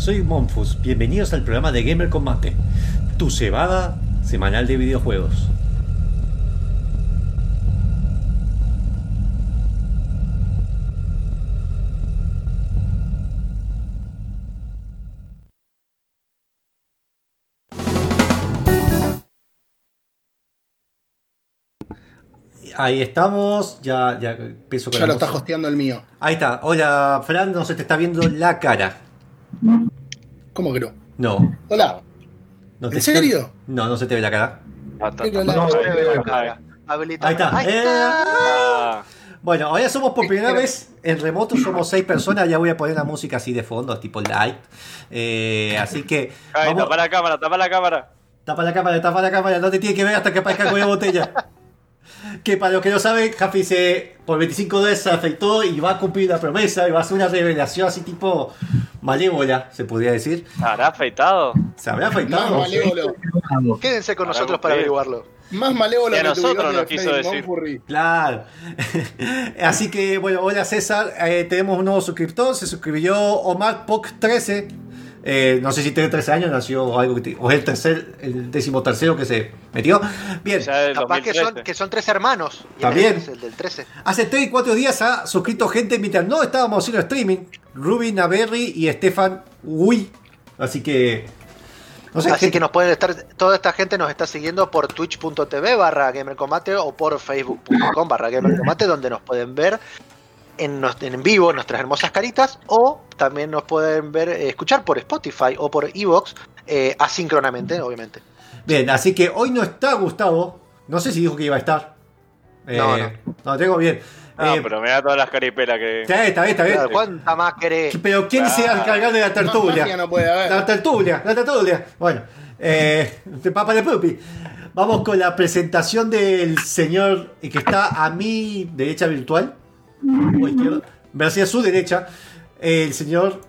soy Monfus. Bienvenidos al programa de Gamer Combate, tu cebada semanal de videojuegos. Ahí estamos, ya empiezo con ya lo está hosteando el mío. Ahí está. Hola, Fran, no se te está viendo la cara. ¿Cómo que no? No. Hola. No ¿En serio? No se te ve la cara. No se ve la cara. Ahí está. Bueno, ahora somos por primera vez en remoto, somos 6 personas. Ya voy a poner la música así de fondo, tipo light. Así que. Ay, vamos... tapa la cámara. Tapa la cámara, no te tiene que ver hasta que aparezca con la botella. Que para los que no saben, Jaffi por $25 se afeitó y va a cumplir la promesa y va a hacer una revelación así tipo malévola, se podría decir. ¿Se habrá afeitado? ¿Se habrá afeitado? Más malévolo. Quédense con nosotros para averiguarlo. Más malévolo que que nosotros nos quiso decir. Claro. Así que, bueno, hola César. Tenemos un nuevo suscriptor. Se suscribió Omar Poc 13. No sé si tiene 13 años, nació o algo o es el 13º que se metió. Bien. Capaz que son 3 hermanos. También. El del 13. Hace 3 y 4 días ha suscrito gente mientras no estábamos haciendo streaming. Ruby Naberri y Stefan Uy. Así que. No sé, así que nos pueden estar. Toda esta gente nos está siguiendo por twitch.tv/GamerCombate o por facebook.com/GamerCombate, donde nos pueden ver en vivo nuestras hermosas caritas, o también nos pueden ver, escuchar por Spotify o por Evox, asíncronamente, obviamente. Bien, así que hoy no está Gustavo. No sé si dijo que iba a estar. No tengo bien. Pero me da todas las caripelas que. Está bien. Claro, ¿cuánta más querés? Pero ¿quién se va a encargar de la tertulia? No puede haber. La tertulia. Bueno, de Papa de Pupi. Vamos con la presentación del señor que está a mi derecha virtual. O izquierda, hacia su derecha, el señor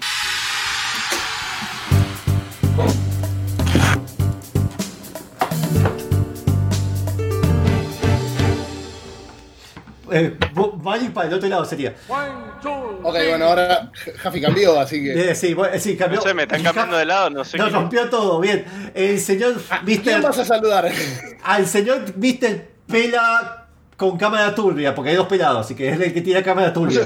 vale para el otro lado sería. Ok, bueno, ahora Jaffi cambió, así que. Sí, cambió. No sé, me están cambiando de lado, no sé. Nos rompió todo, bien. El señor ¿Quién vas a saludar? Al señor Mr. Pela con cámara turbia, porque hay 2 pelados, así que es el que tiene cámara turbia.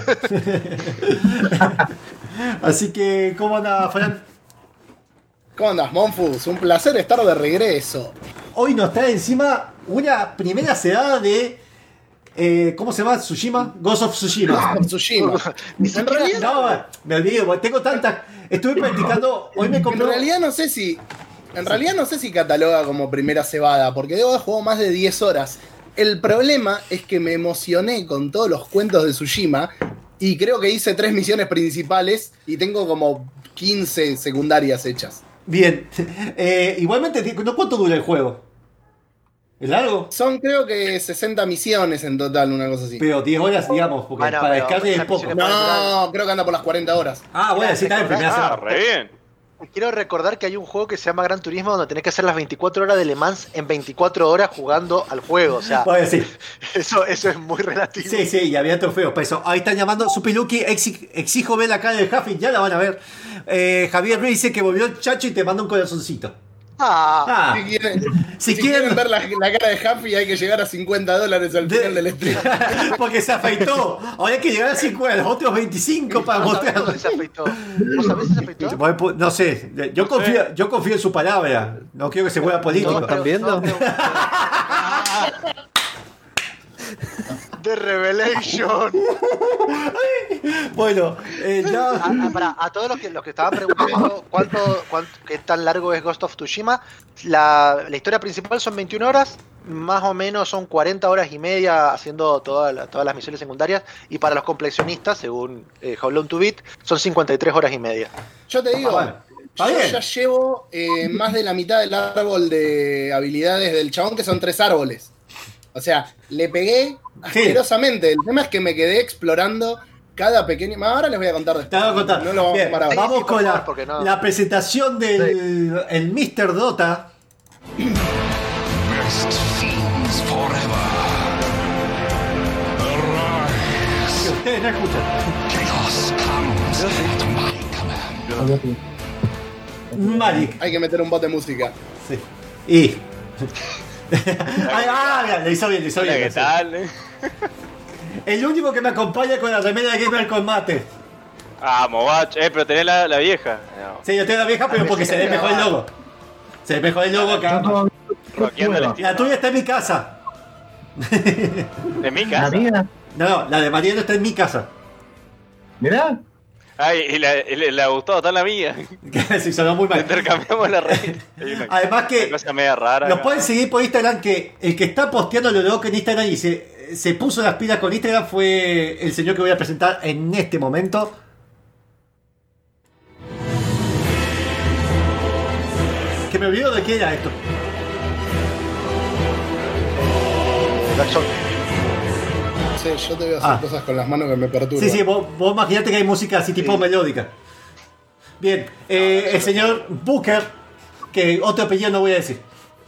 Así que, ¿cómo anda, Fran? ¿Cómo andas, Monfus? Un placer estar de regreso. Hoy nos trae encima una primera cebada de. ¿Cómo se llama? ¿Tsushima? Ghost of Tsushima. En realidad, no, me olvidé, tengo tantas. Estuve practicando. Hoy me compré. En realidad no sé si cataloga como primera cebada, porque debo haber jugado más de 10 horas. El problema es que me emocioné con todos los cuentos de Tsushima y creo que hice 3 misiones principales y tengo como 15 secundarias hechas. Bien. Igualmente, ¿cuánto dura el juego? ¿Es largo? Son creo que 60 misiones en total, una cosa así. Pero 10 horas, digamos, porque Bueno, para descargue es poco. No, creo que anda por las 40 horas. Ah, bueno, sí, está bien, primera semana. Re bien. Quiero recordar que hay un juego que se llama Gran Turismo donde tenés que hacer las 24 horas de Le Mans en 24 horas jugando al juego. O sea, bueno, sí. eso es muy relativo. Sí, y había trofeos para eso. Ahí están llamando Supiluki, exijo ver la cara de Jaffi, ya la van a ver. Javier Ruiz dice que volvió el Chacho y te manda un corazoncito. Si quieren ver la cara de Jaffi hay que llegar a $50 al final del stream. Porque se afeitó. Ahora hay que llegar a 50, los otros 25 para mostrar. ¿Vos sabés si se afeitó? No sé, yo confío en su palabra. No quiero que se vuelva político. ¿Están viendo? The Revelation. Bueno, ya. A todos los que estaban preguntando qué tan largo es Ghost of Tsushima, la historia principal son 21 horas, más o menos son 40 horas y media haciendo todas las misiones secundarias, y para los complexionistas, según How Long to Beat, son 53 horas y media. Yo te digo, Yo ya llevo más de la mitad del árbol de habilidades del chabón, que son 3 árboles. O sea, le pegué asquerosamente. El tema es que me quedé explorando cada pequeño. Ahora les voy a contar después. Te voy a contar. No lo vamos Bien, a parar. vamos con no. la presentación del el Mr. Dota. Best fiends forever. Arise. Que ustedes no escuchan. Chaos comes at my command. Magic. Hay que meter un bot de música. Sí. Y. Mira, le hizo bien, le hizo Hola, bien. ¿qué tal? El único que me acompaña con la remera de Gamer con Mate. Vamos, guacho. Pero tenés la vieja. No. Sí, yo tengo la vieja, pero porque se ve mejor el logo. Se ve mejor el logo acá. Rockeando el estilo. La tuya está en mi casa. ¿De mi La casa? mía, No, la de Mariano está en mi casa. mirá. Ay, y le gustó, está la mía. Sí, sonó muy mal. Intercambiamos la red. Además que Una cosa media rara. nos acá. pueden seguir por Instagram, que el que está posteando lo loco en Instagram y se puso las pilas con Instagram fue el señor que voy a presentar en este momento. Que me olvido de qué era esto. Jackson. Sí, yo te voy a hacer cosas con las manos que me perturban. Sí, sí, vos imaginate que hay música así tipo melódica. Bien, el señor Booker, que otro apellido no voy a decir.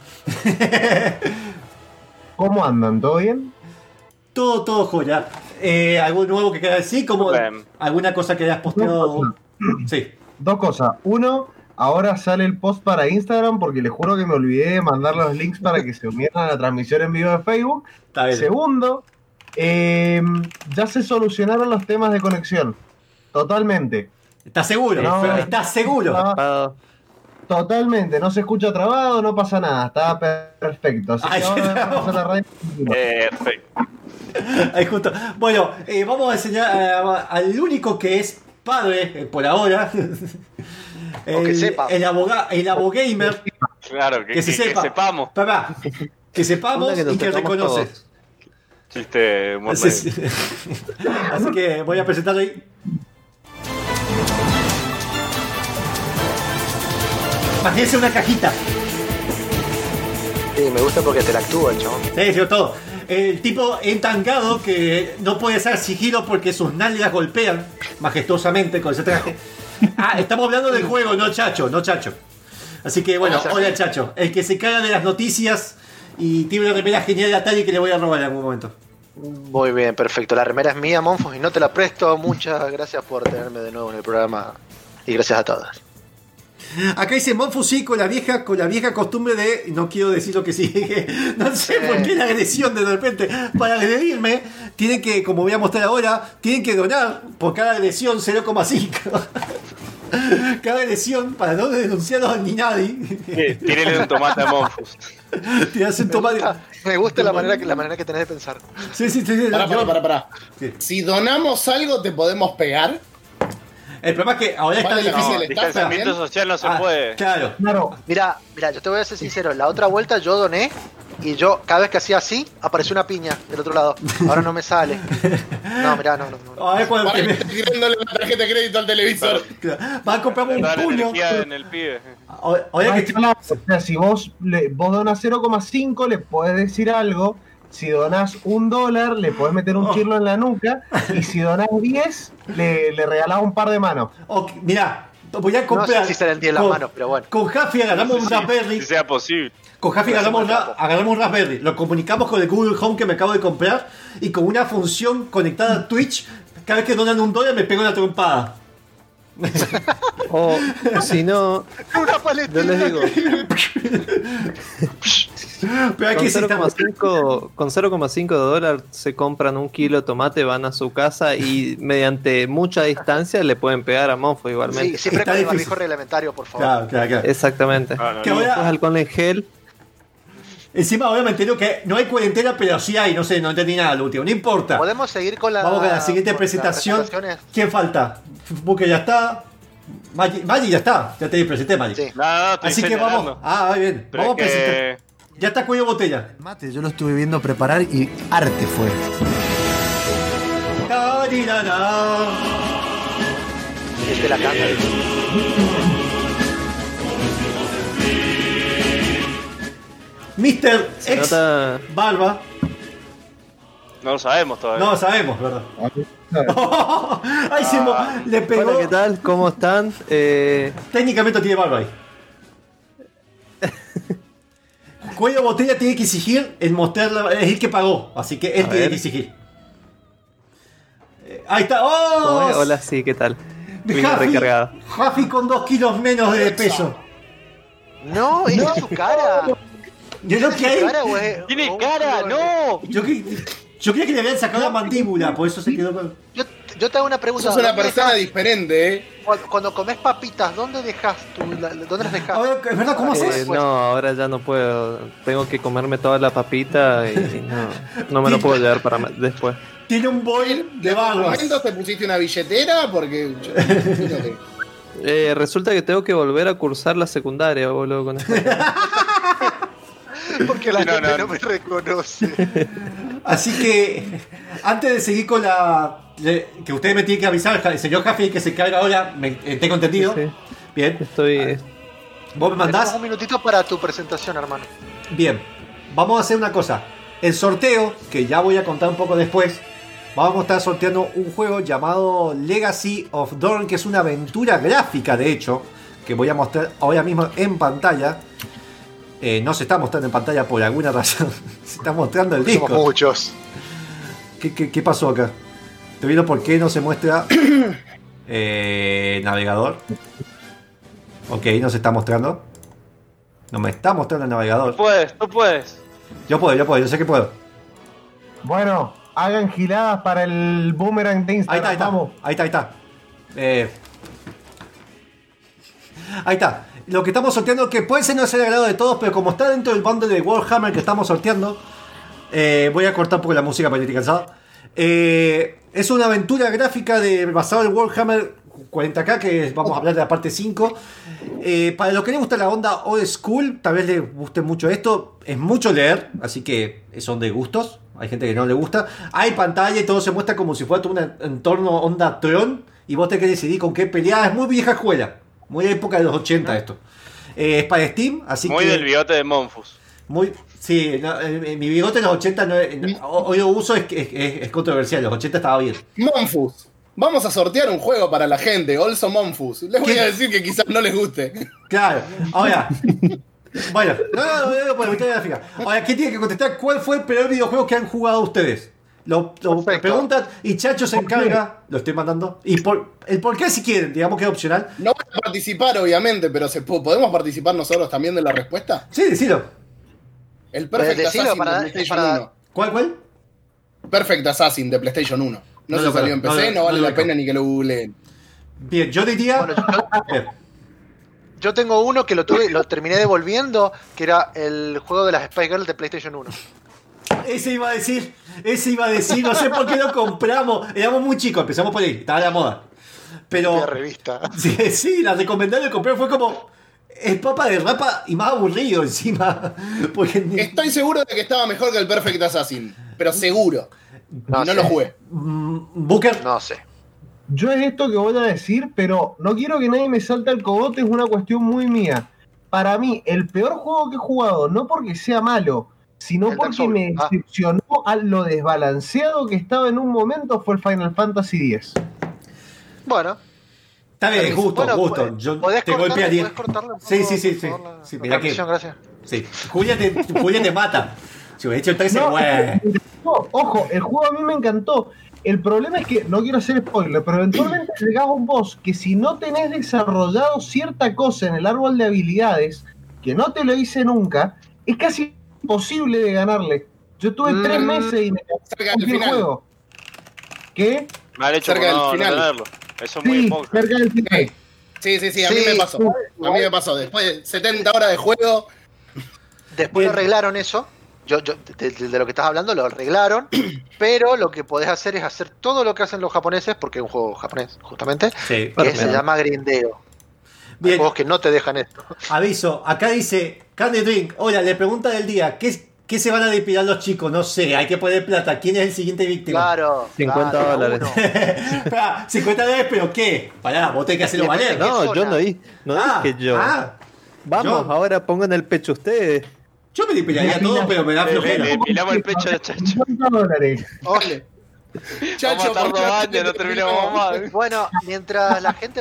¿Cómo andan? ¿Todo bien? Todo joya. ¿Algo nuevo que quieras decir? Como Bien. alguna cosa que hayas posteado. Sí. Dos cosas. Uno, ahora sale el post para Instagram porque les juro que me olvidé de mandar los links para que se unieran a la transmisión en vivo de Facebook. Está bien. Segundo, ya se solucionaron los temas de conexión. Totalmente. ¿Estás seguro? No. ¿Estás seguro? No, totalmente. No se escucha trabado, no pasa nada. Está perfecto. Así Ay, que ahora no. vamos a la radio. Perfecto. Ahí justo. Bueno, vamos a enseñar al único que es padre por ahora. O que sepa. El abogamer. Claro, Que se sepa. sepamos. Papá, que sepamos Onda que nos y que sepamos reconoce. todos. Chiste muy Así, así que voy a presentarlo ahí. Imagínense una cajita. Sí, me gusta porque te la actúa el chabón. Sí, sí, todo. El tipo entangado que no puede hacer sigilo porque sus nalgas golpean majestuosamente con ese traje. Estamos hablando del juego, no Chacho, no Chacho. Así que bueno, hola Chacho. El que se caga de las noticias y tiene una remera genial de Atari que le voy a robar en algún momento. Muy bien, perfecto. La remera es mía, Monfos, y no te la presto. Muchas gracias por tenerme de nuevo en el programa. Y gracias a todos. Acá dice Monfusí con la vieja costumbre de, no quiero decir lo que sigue, no sé por qué la agresión de repente, para agredirme, tienen que, como voy a mostrar ahora, tienen que donar por cada agresión 0,5. Cada agresión para no denunciarlos ni nadie. Tírele un tomate a Monfus. Tirarse un tomate. Me gusta la manera que tenés de pensar. Sí. Pará. Sí. Si donamos algo, ¿te podemos pegar? El problema es que ahora está Vale, difícil. no, Distanciamiento social no se puede. Claro. Claro, Mira, yo te voy a ser sincero. La otra vuelta yo doné y yo, cada vez que hacía así, apareció una piña del otro lado. Ahora no me sale. No, mirá, no. A ver cuando Para que estés tirándole la tarjeta de crédito al televisor. va a comprar un Toda la puño. energía en el pibe. Ahora que o sea, si vos donás 0,5 le podés decir algo. Si donás $1, le podés meter un chirlo en la nuca. Y si donás 10, le regalás un par de manos. Mirá, voy a No comprar. sé si se le entiende las manos, pero bueno. Con Jaffi agarramos un Raspberry. Si sea posible. Con Jaffi agarramos un Raspberry. Lo comunicamos con el Google Home que me acabo de comprar. Y con una función conectada a Twitch, cada vez que donan $1 me pego una trompada. O si no, Una paleta. yo les digo, Pero aquí sí está. con 0,5 dólares se compran un kilo de tomate, van a su casa y mediante mucha distancia le pueden pegar a Monfo igualmente. Sí, siempre Está con el difícil. barbijo reglamentario, por favor. Claro. Exactamente. No, Que no. ahora- Después alcohol en gel. Encima, ahora me entero que no hay cuarentena, pero sí hay. No sé, no entendí nada lo último. No importa. Podemos seguir con la. Vamos con la siguiente con presentación. las presentaciones? ¿Quién falta? Buque ya está. Maggi ya está. Ya te presenté, Maggi. Sí. No, estoy Así que señalando. vamos. Bien. Pero Vamos a es presentar. que... Ya está cuello botella. El mate, yo lo estuve viendo preparar y arte fue. Este la canta. Mr. Se X nota. Barba. No lo sabemos todavía. No lo sabemos, ¿verdad? Ay, le pegó. Hola, ¿qué tal? ¿Cómo están? Técnicamente no tiene barba ahí. Cuello botella tiene que exigir el mostrar, es el que pagó, así que él A tiene ver. que exigir. Ahí está. ¿Cómo ¡Oh! es? Hola, sí, ¿qué tal? Vino recargada. Jafi con 2 kilos menos de peso. No, esa es su cara. Yo creo que hay. Cara, güey. ¡Tiene cara! ¡No! Yo creía que le habían sacado la mandíbula, por eso se quedó con. Yo te hago una pregunta. Sos una ¿Dónde persona dejas- diferente, Cuando comes papitas, ¿dónde dejas dónde las dejas? Ahora, ¿es verdad? ¿Cómo haces? No, ahora ya no puedo. Tengo que comerme toda la papita y no me lo puedo llevar para después. Tiene un boil de ¿De vagos. momento te pusiste una billetera? Porque Resulta que tengo que volver a cursar la secundaria, boludo, con esto. Porque la No, gente no. no me reconoce. Así que, antes de seguir con que ustedes me tienen que avisar, el señor Jaffi que se carga ahora, tengo entendido. Sí. Bien. Estoy. ¿Vos me mandás? Tenemos un minutito para tu presentación, hermano. Bien. Vamos a hacer una cosa. El sorteo, que ya voy a contar un poco después, vamos a estar sorteando un juego llamado Legacy of Dawn, que es una aventura gráfica, de hecho, que voy a mostrar ahora mismo en pantalla. No se está mostrando en pantalla por alguna razón. Se está mostrando el disco. Somos muchos. ¿Qué pasó acá? ¿Te vieron por qué no se muestra navegador? Ok, no se está mostrando. No me está mostrando el navegador. No puedes. Yo puedo, yo sé que puedo. Bueno, hagan giladas para el boomerang de Ahí Instagram. está. Vamos. Ahí está. Ahí está. Lo que estamos sorteando, que puede ser no ser agrado de todos, pero como está dentro del bundle de Warhammer que estamos sorteando, voy a cortar un poco la música para que esté cansado. Es una aventura gráfica basada en Warhammer 40k, que vamos a hablar de la parte 5. Para los que les gusta la onda old school, tal vez les guste mucho esto. Es mucho leer, así que son de gustos. Hay gente que no le gusta. Hay pantalla y todo se muestra como si fuera un entorno onda Tron, y vos te querés decidir con qué pelear. Es muy vieja escuela, muy época de los 80 esto. Es para Steam, así Muy que... del bigote de Monfus. Sí, mi bigote en los 80 hoy lo uso, es controversial. En los 80 estaba bien. Monfus. Vamos a sortear un juego para la gente, Also Monfus. Les voy ¿Qué? a decir que quizás no les guste. Claro, ahora. Bueno, no, por la victoria gráfica. Ahora, ¿qué tiene que contestar? ¿Cuál fue el peor videojuego que han jugado ustedes? Lo Perfecto. preguntan y Chacho se encarga, lo estoy mandando. Y el por qué, si quieren, digamos que es opcional. No voy a participar, obviamente, pero ¿podemos participar nosotros también de la respuesta? Sí, decilo. El Perfect Decilo Assassin para- de PlayStation para- 1. ¿Cuál? Perfect Assassin de PlayStation 1. No No se lo salió en conozco, PC, no no vale lo la conozco. pena ni que lo googleen. Bien, yo diría. Bueno, Bien. yo tengo uno que lo terminé devolviendo, que era el juego de las Spy Girls de PlayStation 1. Ese iba a decir, no sé por qué lo compramos. Éramos muy chicos, empezamos por ahí, estaba de moda. Pero. La revista. Sí, la recomendada de comprar fue como. Es papa de rapa y más aburrido encima. Porque Estoy seguro de que estaba mejor que el Perfect Assassin, pero seguro. No No sé. lo jugué. Booker. No sé. Yo es esto que voy a decir, pero no quiero que nadie me salte al cogote, es una cuestión muy mía. Para mí, el peor juego que he jugado, no porque sea malo, sino El Dark porque Souls. me Ah. decepcionó a lo desbalanceado que estaba en un momento, fue el Final Fantasy X. Bueno. Está bien, justo, Bueno, justo. Yo ¿podés te golpeé a 10. cortarle un poco, Sí, sí, sí. por Sí, favor, la sí, mira que. transmisión? Gracias. Sí. Julia te mata. Si hubiera hecho el 13, No, güey. ojo, el juego a mí me encantó. El problema es que, no quiero hacer spoiler, pero eventualmente llegás a un boss que si no tenés desarrollado cierta cosa en el árbol de habilidades, que no te lo hice nunca, es casi imposible de ganarle. Yo tuve 3 meses y me Cerca del cansé el final. juego. ¿Qué? Mal hecho Cerca por del no final. tenerlo. Eso es muy Sí, poco. cerca del final. Sí, a mí Sí. me pasó. A mí me pasó. Después de 70 horas de juego, Después Bien. lo arreglaron eso. De lo que estás hablando lo arreglaron. Pero lo que podés hacer es hacer todo lo que hacen los japoneses, porque es un juego japonés, justamente, Sí. que se llama grindeo. Hay Bien, juegos que no te dejan esto. aviso. Acá dice Candy Drink. Hola, le pregunta del día. ¿Qué se van a depilar los chicos? No sé, hay que poner plata. ¿Quién es el siguiente víctima? Claro. $50. uno. Espera, $50, pero ¿qué? Pará, vos tenés que hacerlo Y después valer. te- No, yo no dije yo. Vamos, yo- ahora pongan el pecho ustedes. Yo me depilaría todo, pero me da flojera. Le depilamos el pecho de Chacho. $50. vale. Vamos a estar ¿por qué 2 no años, no terminamos más. Bueno, mientras la gente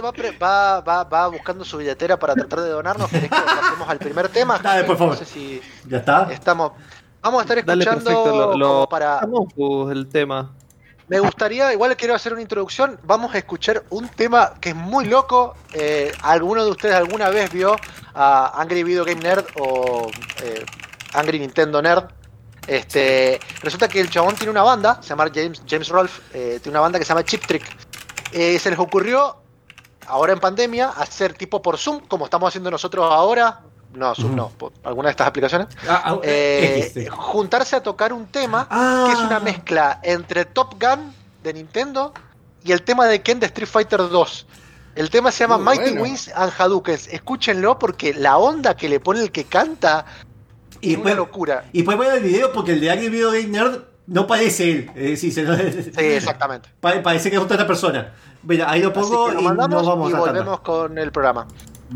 va buscando su billetera para tratar de donarnos, ¿querés que pasemos al primer tema? Dale, por favor. No sé si ¿Ya está? estamos. Vamos a estar Dale, escuchando perfecto. como para. Vamos, pues, el tema. Me gustaría, igual quiero hacer una introducción. Vamos a escuchar un tema que es muy loco. ¿Alguno de ustedes alguna vez vio a Angry Video Game Nerd o Angry Nintendo Nerd? Resulta que el chabón tiene una banda, se llama James Rolfe, tiene una banda que se llama Chip Trick. Se les ocurrió, ahora en pandemia, hacer tipo por Zoom, como estamos haciendo nosotros ahora. No, Zoom no, por alguna de estas aplicaciones. Juntarse a tocar un tema que es una mezcla entre Top Gun de Nintendo y el tema de Ken de Street Fighter 2. El tema se llama Mighty Wings and Hadoukens. Escúchenlo porque la onda que le pone el que canta es una locura. Y pueden ver el video porque el de Angry Video Game Nerd no parece él. Sí, exactamente. Parece que es otra persona. Mira, ahí lo pongo lo y nos vamos y a volvemos con el programa.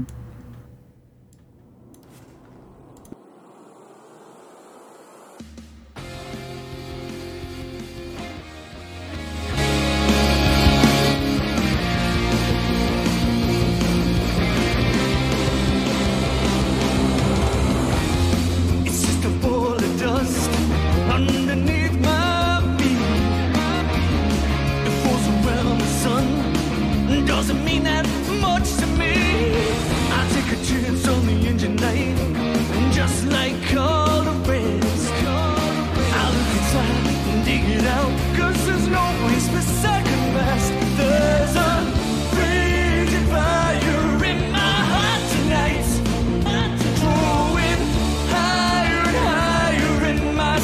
Doesn't mean that much to me. I take a chance on the engine light, just like all the rest. I look inside and dig it out, 'cause there's no place for second best. There's a raging fire in my heart tonight, growing higher and higher in my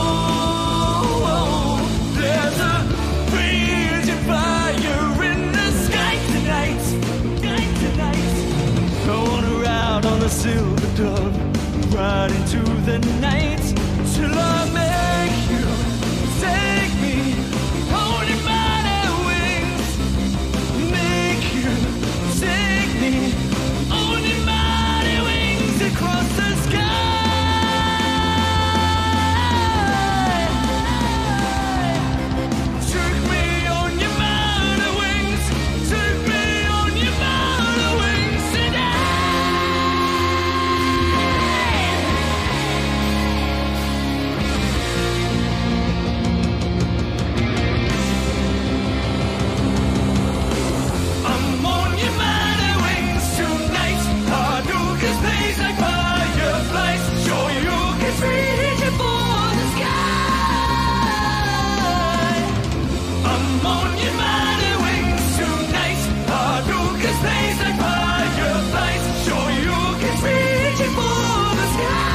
soul. There's a raging fire in the sky tonight. I wanna ride on the silver dove, ride into the night, till I make you take me on your mighty wings. Make you take me on your mighty wings across the sky. Take me on your mighty wings. Take me on your mighty wings tonight. I'm on your mighty wings tonight. Hadouken blaze like fireflies. Sure you can reach it for the sky. I'm on your mighty wings tonight. Hadouken blaze like fireflies. Sure you can reach it for the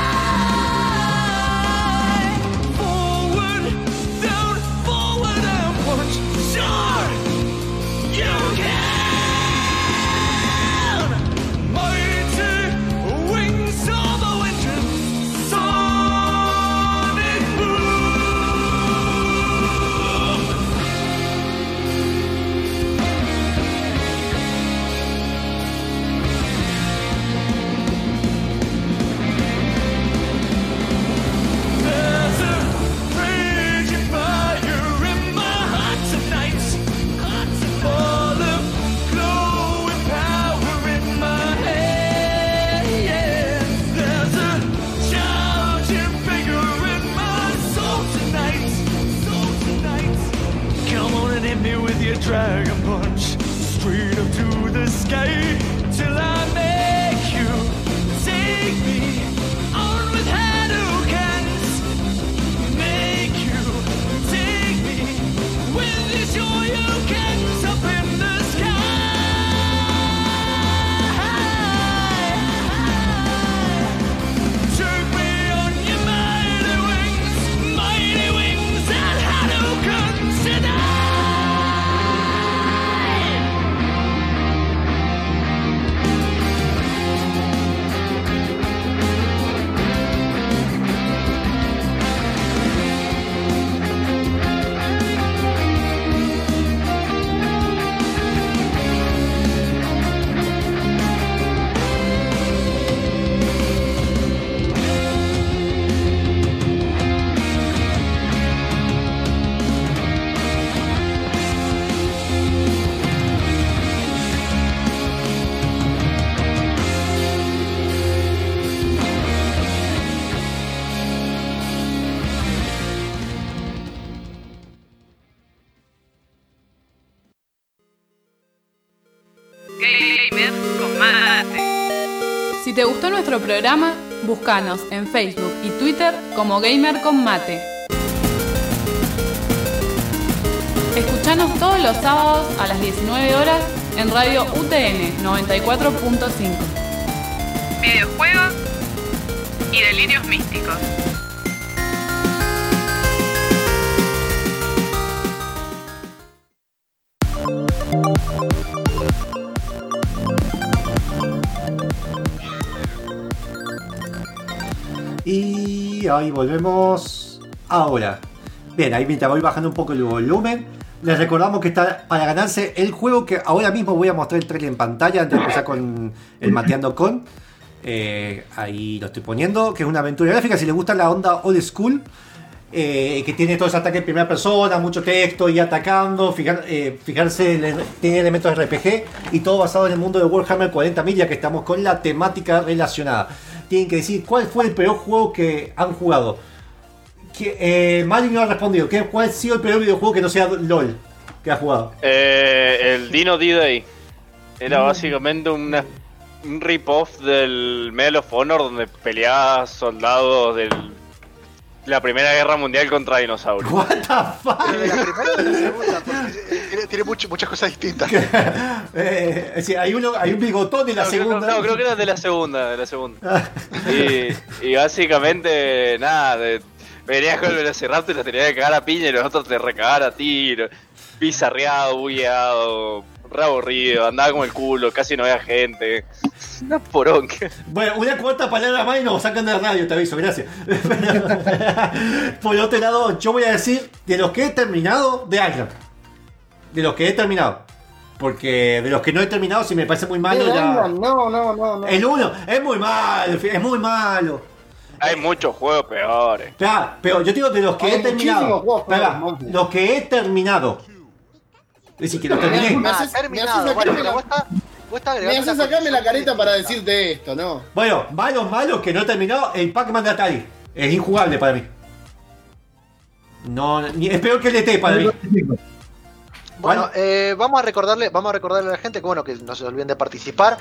sky. Forward, down, forward and punch. Sure. You can! Mighty wings of the winter, sonic boom! There's a raging fire in my heart tonight. All of glowing power in my head. There's a shouting figure in my soul tonight. Come on and hit me with your dragon punch, straight up to the sky, till I make you take me on with Hadoukens. Make you take me with your Shoryukens up in the sky. Take me on your mighty wings and Hadoukens tonight. Gamer con Mate. Si te gustó nuestro programa, búscanos en Facebook y Twitter como Gamer con Mate. Escuchanos todos los sábados a las 19 horas en Radio UTN 94.5. Videojuegos y delirios místicos. Y ahí volvemos ahora. Bien, ahí mientras voy bajando un poco el volumen, les recordamos que está para ganarse el juego que ahora mismo voy a mostrar el trailer en pantalla antes de empezar con el Mateando con. Ahí lo estoy poniendo, que es una aventura gráfica. Si les gusta la onda old school, que tiene todos ataques en primera persona, mucho texto y atacando, fijarse, tiene elementos de RPG y todo basado en el mundo de Warhammer 40.000, ya que estamos con la temática relacionada. Tienen que decir cuál fue el peor juego que han jugado. Mario no ha respondido. ¿Cuál ha sido el peor videojuego que no sea LOL que ha jugado? El Dino D-Day. Era básicamente un rip-off del Medal of Honor donde peleaba soldados de la Primera Guerra Mundial contra dinosaurios. What the fuck? De la primera o de la segunda, porque tiene muchas cosas distintas. Sí, hay un bigotón de la segunda. No, creo que era de la segunda. y básicamente, nada, venías con el Velociraptor y los tenías que cagar a piña y los otros te recagaban a tiro. Bizarreado, bugueado, re aburrido, andaba como el culo, casi no había gente. Una poronga. Bueno, una cuarta palabra más y nos sacan de la radio, te aviso, gracias. Por otro lado, yo voy a decir de los que he terminado de Island. De los que he terminado. Porque de los que no he terminado, si me parece muy malo, ya. No. El 1 es muy malo, Hay muchos juegos peores. Pero yo digo de los que Hay he terminado. muchísimos juegos peores, Los que he terminado. Es decir, que lo terminé. Me haces sacarme la careta para decirte esto, ¿no? Bueno, malos que no he terminado, el Pac-Man de Atari. Es injugable para mí. No, es peor que el ET para mí. Bueno, vamos a recordarle a la gente que bueno, que no se olviden de participar,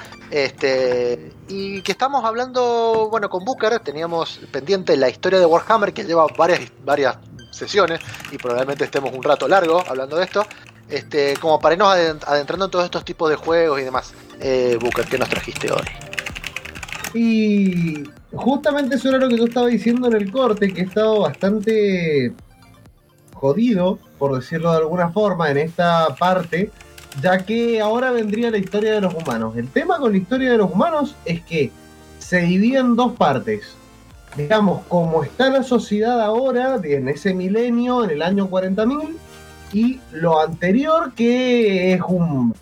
y que estamos hablando, bueno, con Booker teníamos pendiente la historia de Warhammer, que lleva varias sesiones y probablemente estemos un rato largo hablando de esto, como para irnos adentrando en todos estos tipos de juegos y demás. Booker, ¿qué nos trajiste hoy? Y justamente eso era lo que yo estaba diciendo en el corte, que he estado bastante jodido, por decirlo de alguna forma, en esta parte, ya que ahora vendría la historia de los humanos. El tema con la historia de los humanos es que se divide en dos partes. Digamos, como está la sociedad ahora, en ese milenio, en el año 40.000, y lo anterior, que es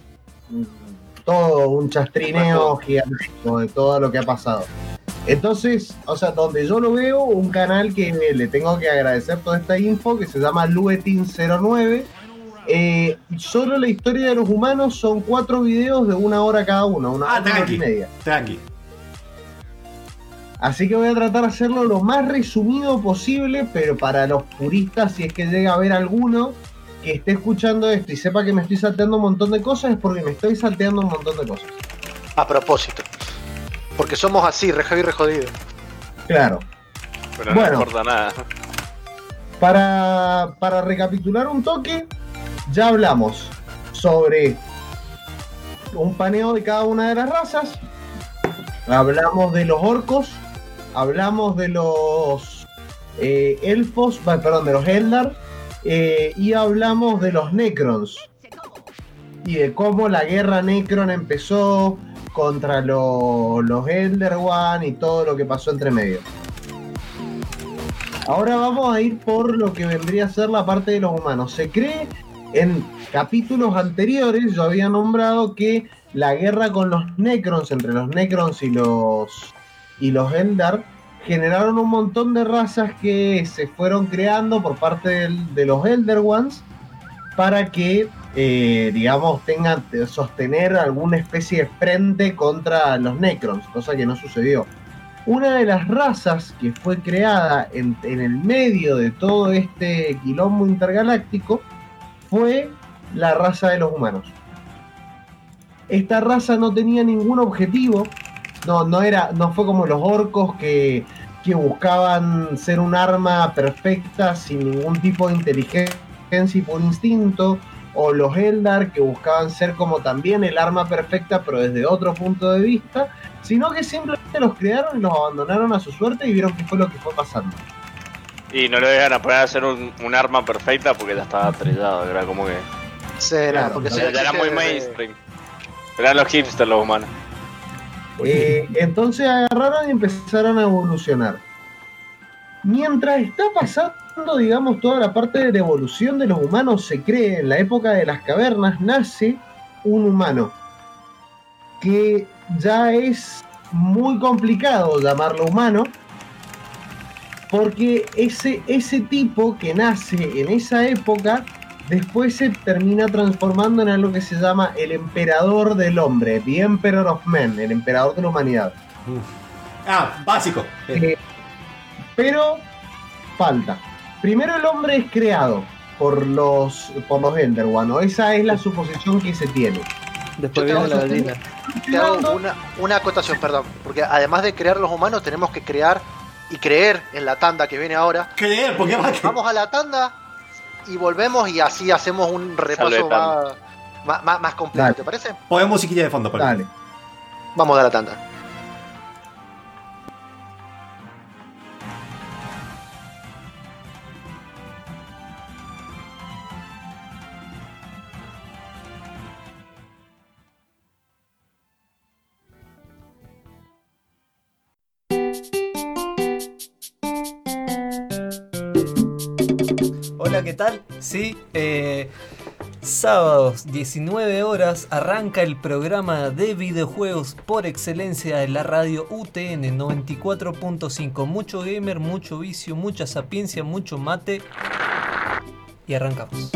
todo un chastrineo gigantesco de todo lo que ha pasado. Entonces, o sea, donde yo lo veo, un canal que le tengo que agradecer toda esta info, que se llama Luetin09. Solo la historia de los humanos son 4 videos de 1 hora cada uno, una hora y media. Tranqui. Así que voy a tratar de hacerlo lo más resumido posible, pero para los puristas, si es que llega a haber alguno que esté escuchando esto y sepa que me estoy salteando un montón de cosas, es porque me estoy salteando un montón de cosas. A propósito. Porque somos así, re heavy, re jodido. Claro. Pero no importa nada. Para recapitular un toque, ya hablamos sobre un paneo de cada una de las razas. Hablamos de los orcos. Hablamos de los elfos, de los Eldar. Y hablamos de los Necrons. Y de cómo la guerra Necron empezó contra los Elder One y todo lo que pasó entre medio. Ahora vamos a ir por lo que vendría a ser la parte de los humanos. Se cree, en capítulos anteriores yo había nombrado que la guerra con los Necrons, entre los Necrons y los Eldar, generaron un montón de razas que se fueron creando por parte de los Elder Ones para que digamos, sostener alguna especie de frente contra los Necrons, cosa que no sucedió. Una de las razas que fue creada en el medio de todo este quilombo intergaláctico fue la raza de los humanos. esta raza no tenía ningún objetivo, no fue como los orcos que buscaban ser un arma perfecta sin ningún tipo de inteligencia y por instinto, o los Eldar que buscaban ser como también el arma perfecta pero desde otro punto de vista, sino que simplemente los crearon y los abandonaron a su suerte y vieron qué fue lo que fue pasando. Y no lo dejan a poner a hacer un arma perfecta porque ya estaba estrellado, era como que... Sí, claro, porque ya era muy mainstream. Eran los hipsters los humanos. Entonces agarraron y empezaron a evolucionar. Mientras está pasando, digamos, toda la parte de la evolución de los humanos, se cree, en la época de las cavernas, nace un humano. Que ya es muy complicado llamarlo humano, porque ese tipo que nace en esa época, después se termina transformando en algo que se llama el emperador del hombre, the Emperor of Men, el emperador de la humanidad. Básico. Pero falta. Primero el hombre es creado por los Elder One, ¿no? Esa es la suposición que se tiene. Después viene la gallina. Te hago una acotación, perdón, porque además de crear los humanos tenemos que crear y creer en la tanda que viene ahora. Porque vamos a la tanda y volvemos y así hacemos un repaso más completo. Dale. ¿Te parece? Ponemos musiquilla de fondo. Dale. Vamos a la tanda. Hola, ¿qué tal? Sí, sábados 19 horas arranca el programa de videojuegos por excelencia de la radio UTN 94.5. Mucho gamer, mucho vicio, mucha sapiencia, mucho mate. Y arrancamos.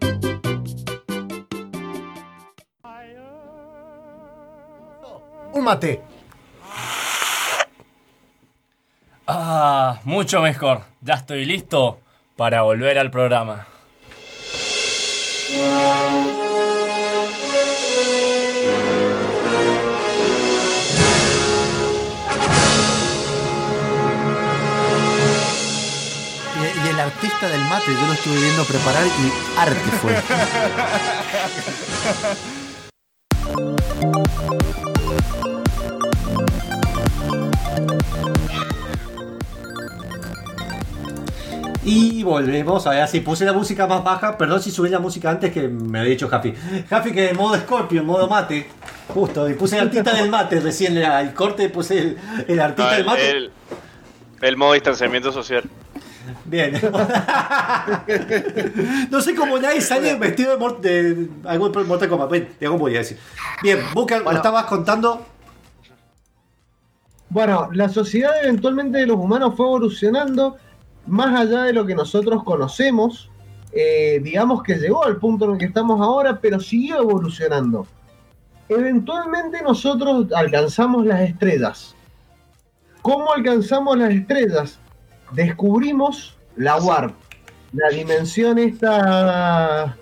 Un mate. Mucho mejor. Ya estoy listo para volver al programa. Y el artista del mate, yo lo estuve viendo preparar y arte fue. Y volvemos, a ver si puse la música más baja, perdón si subí la música antes que me había dicho Jaffi. Jaffi que en modo Scorpio, en modo mate, justo, y puse el artista del mate, recién el corte puse el artista del mate. El modo distanciamiento social. Bien. No sé cómo nadie sale vestido de algún Mortal Kombat, de algún voy a decir. Bien, Buca, lo estabas contando. Bueno, la sociedad eventualmente de los humanos fue evolucionando más allá de lo que nosotros conocemos, digamos que llegó al punto en el que estamos ahora, pero siguió evolucionando. Eventualmente nosotros alcanzamos las estrellas. ¿Cómo alcanzamos las estrellas? Descubrimos la Warp, la dimensión esta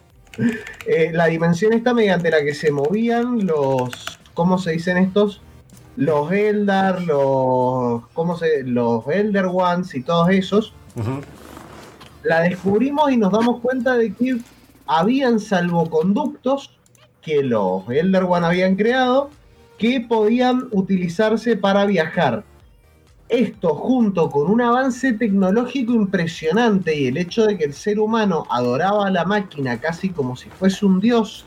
mediante la que se movían los, ¿cómo se dicen estos? Los Eldar, los Elder Ones y todos esos. La descubrimos y nos damos cuenta de que habían salvoconductos que los Elder One habían creado que podían utilizarse para viajar. Esto, junto con un avance tecnológico impresionante y el hecho de que el ser humano adoraba a la máquina casi como si fuese un dios,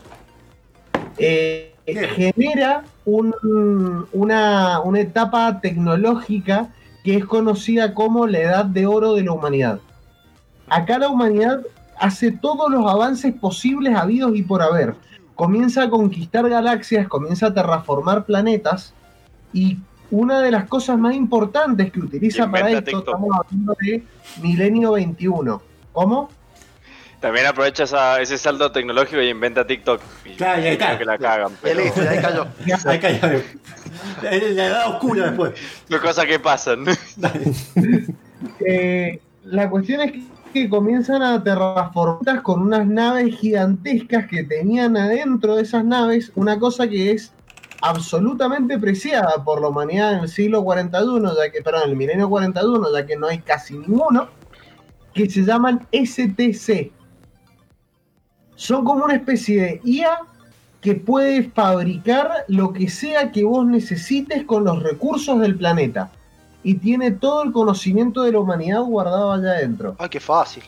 genera una etapa tecnológica que es conocida como la Edad de Oro de la humanidad. Acá la humanidad hace todos los avances posibles habidos y por haber. Comienza a conquistar galaxias, comienza a terraformar planetas, y una de las cosas más importantes que utiliza para esto, TikTok. Estamos hablando de Milenio 21. ¿Cómo? También aprovecha ese salto tecnológico y inventa TikTok. Claro, y ahí está. Que la cagan. Pero... ahí cayó. Ahí cayó. La edad oscura después. Son cosas que pasan. La cuestión es que que comienzan a terraformar con unas naves gigantescas que tenían adentro de esas naves una cosa que es absolutamente preciada por la humanidad en el siglo 41, en el milenio 41, ya que no hay casi ninguno, que se llaman STC. Son como una especie de IA que puede fabricar lo que sea que vos necesites con los recursos del planeta. Y tiene todo el conocimiento de la humanidad guardado allá adentro. ¡Ay, qué fácil!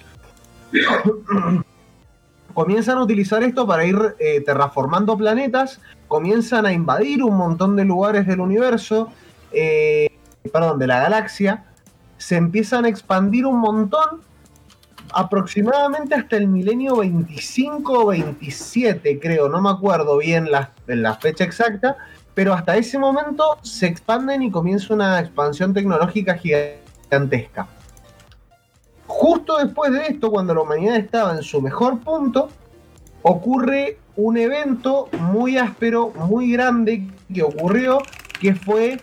Comienzan a utilizar esto para ir terraformando planetas, comienzan a invadir un montón de lugares del universo, de la galaxia, se empiezan a expandir un montón, aproximadamente hasta el milenio 25 o 27, creo, no me acuerdo bien la fecha exacta, pero hasta ese momento se expanden y comienza una expansión tecnológica gigantesca. Justo después de esto, cuando la humanidad estaba en su mejor punto, ocurre un evento muy áspero, muy grande que ocurrió, que fue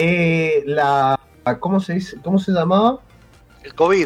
¿cómo se dice? ¿Cómo se llamaba? El COVID.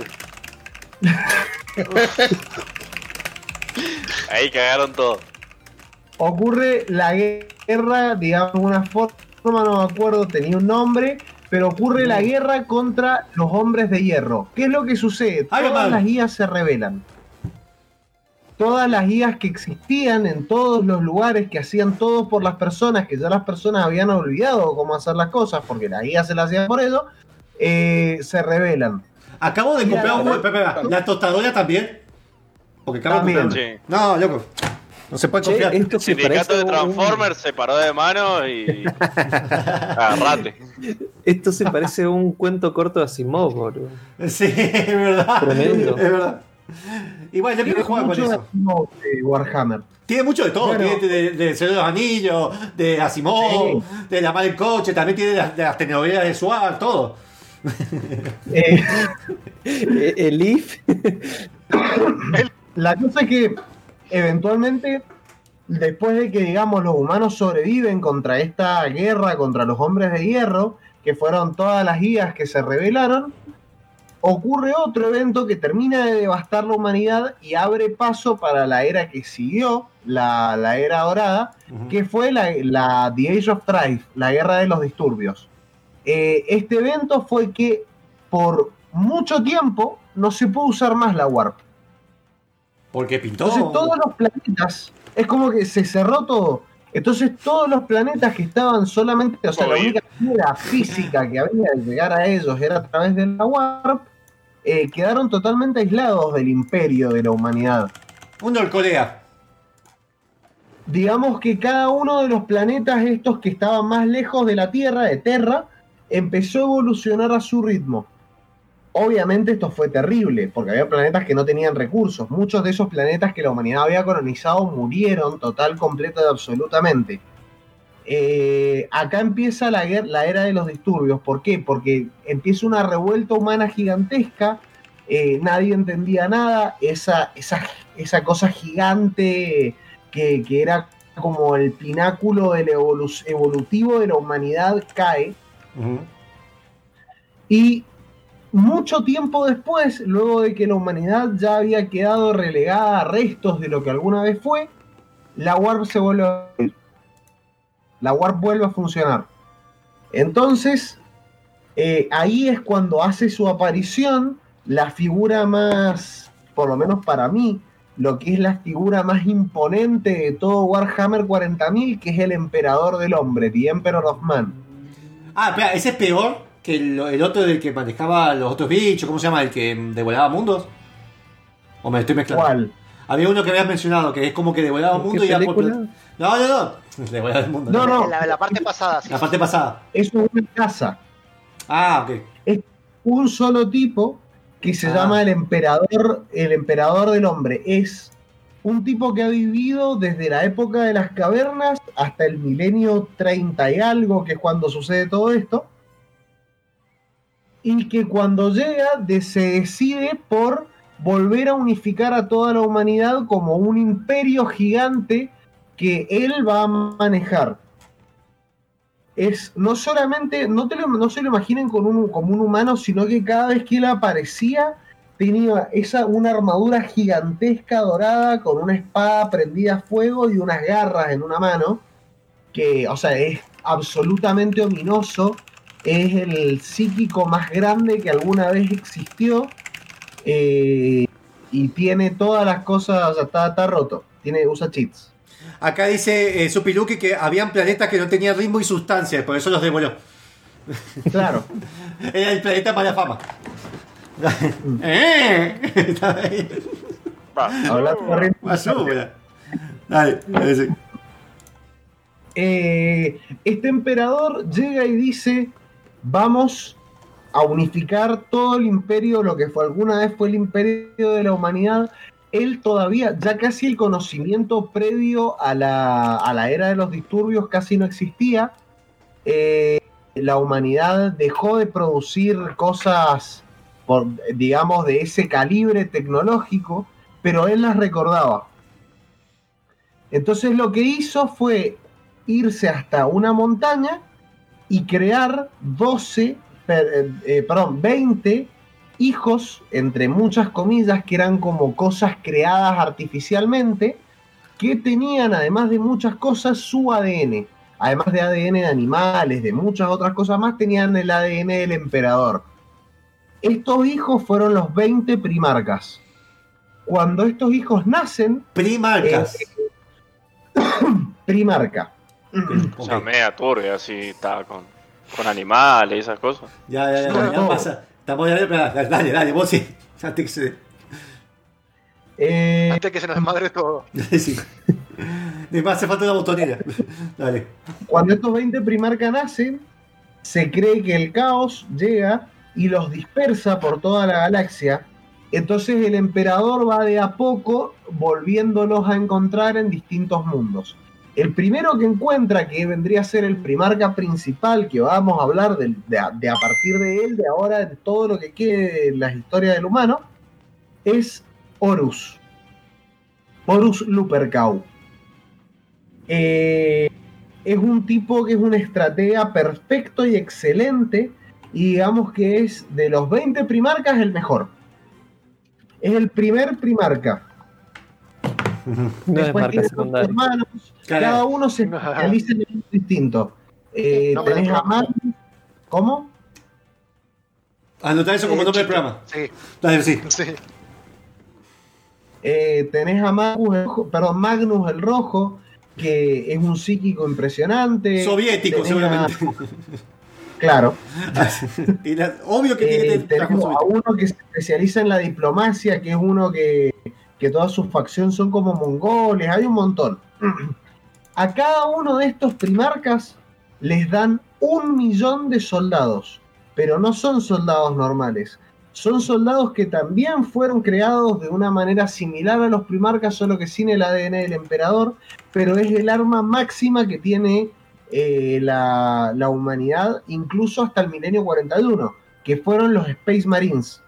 Ahí cagaron todo. Ocurre la guerra, digamos, de una forma, no me acuerdo, tenía un nombre, pero ocurre la guerra contra los hombres de hierro. ¿Qué es lo que sucede? Todas las guías se rebelan. Todas las guías que existían en todos los lugares, que hacían todo por las personas, que ya las personas habían olvidado cómo hacer las cosas, porque las guías se las hacían por eso, se rebelan. Acabo de comprar la tostadora también. Porque acabo de comprar. Sí. No, loco. No se puede confiar. El sindicato de Transformers se paró de mano y. Agarrate. Esto se parece a un cuento corto de Asimov, boludo. Sí, es verdad. Tremendo. Es verdad. Igual, yo quiero jugar con eso. De Warhammer. Tiene mucho de todo. Bueno. Tiene de Señor de los Anillos, de Asimov, de La Mar del Coche. También tiene de las telenovelas de Suar, todo. El IF. La cosa es que eventualmente, después de que, digamos, los humanos sobreviven contra esta guerra contra los hombres de hierro, que fueron todas las guías que se rebelaron, ocurre otro evento que termina de devastar la humanidad y abre paso para la era que siguió, la era dorada, que fue la The Age of Strife, la guerra de los disturbios. Este evento fue que por mucho tiempo no se pudo usar más la Warp. Porque pintó. Entonces todos los planetas, es como que se cerró todo. Entonces todos los planetas que estaban solamente, o sea, la única manera física que había de llegar a ellos era a través de la Warp, quedaron totalmente aislados del imperio de la humanidad. Un Norcorea. Digamos que cada uno de los planetas estos que estaban más lejos de la Tierra, de Terra, empezó a evolucionar a su ritmo. Obviamente esto fue terrible, porque había planetas que no tenían recursos. Muchos de esos planetas que la humanidad había colonizado murieron total, completa y absolutamente. Acá empieza la era de los disturbios. ¿Por qué? Porque empieza una revuelta humana gigantesca, nadie entendía nada, esa cosa gigante que era como el pináculo del evolutivo de la humanidad cae. Y mucho tiempo después, luego de que la humanidad ya había quedado relegada a restos de lo que alguna vez fue, la Warp se vuelve a... La Warp vuelve a funcionar. Entonces, ahí es cuando hace su aparición la figura más, por lo menos para mí, lo que es la figura más imponente de todo Warhammer 40.000, que es el Emperador del Hombre, The Emperor of Man. Ah, espera, ese es peor que el otro del que manejaba los otros bichos, ¿cómo se llama? El que devoraba mundos. ¿O me estoy mezclando? ¿Cuál? Había uno que habías mencionado, que es como que devoraba mundos y ya por... No. Devoraba el mundo. No. La parte pasada, sí. La parte pasada. Eso es una casa. Ah, ok. Es un solo tipo que se llama el emperador del hombre. Es un tipo que ha vivido desde la época de las cavernas hasta el milenio 30 y algo, que es cuando sucede todo esto. Y que cuando llega se decide por volver a unificar a toda la humanidad como un imperio gigante que él va a manejar. Es no solamente, no se lo imaginen como un humano, sino que cada vez que él aparecía tenía una armadura gigantesca dorada con una espada prendida a fuego y unas garras en una mano, que, o sea, es absolutamente ominoso, es el psíquico más grande que alguna vez existió, y tiene todas las cosas, o sea, está roto, usa cheats. Acá dice Supiluki que habían planetas que no tenían ritmo y sustancia, por eso los devoló. Claro. Era el planeta mala fama. Hablando de ritmo. Basura. Dale, sí. Este emperador llega y dice: vamos a unificar todo el imperio, lo que alguna vez fue el imperio de la humanidad. Él todavía, ya casi el conocimiento previo a la era de los disturbios casi no existía. La humanidad dejó de producir cosas, digamos, de ese calibre tecnológico, pero él las recordaba. Entonces lo que hizo fue irse hasta una montaña y crear 20 hijos, entre muchas comillas, que eran como cosas creadas artificialmente, que tenían, además de muchas cosas, su ADN. Además de ADN de animales, de muchas otras cosas más, tenían el ADN del emperador. Estos hijos fueron los 20 primarcas. Cuando estos hijos nacen... Primarcas. Primarca. O sea, media turbia, así, está con animales y esas cosas. Ya pasa. Estamos ya, dale, vos sí. Antes que se nos desmadre todo. Sí. Me hace falta una botonera. Dale. Cuando estos 20 primarcas nacen, se cree que el caos llega y los dispersa por toda la galaxia. Entonces el emperador va de a poco volviéndolos a encontrar en distintos mundos. El primero que encuentra, que vendría a ser el primarca principal, que vamos a hablar de a partir de él, de ahora, de todo lo que quede en la historia del humano, es Horus. Horus Lupercal. Es un tipo que es un estratega perfecto y excelente, y digamos que es de los 20 primarcas el mejor. Es el primer primarca. No es Después marca tiene secundaria. hermanos, cada uno se especializa en algo distinto. Tenés a Magnus. ¿Cómo? Anotar eso como nombre del programa. Sí. Dale, sí. Tenés a Magnus el Rojo, que es un psíquico impresionante. Soviético, seguramente. Claro. Obvio que tiene que tener tenemos a uno que se especializa en la diplomacia, que es uno que todas sus facciones son como mongoles, hay un montón. A cada uno de estos primarcas les dan 1.000.000 de soldados, pero no son soldados normales, son soldados que también fueron creados de una manera similar a los primarcas, solo que sin el ADN del emperador, pero es el arma máxima que tiene la humanidad, incluso hasta el milenio 41, que fueron los Space Marines.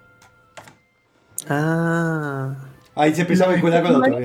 Ahí se empezó a vincular con otro.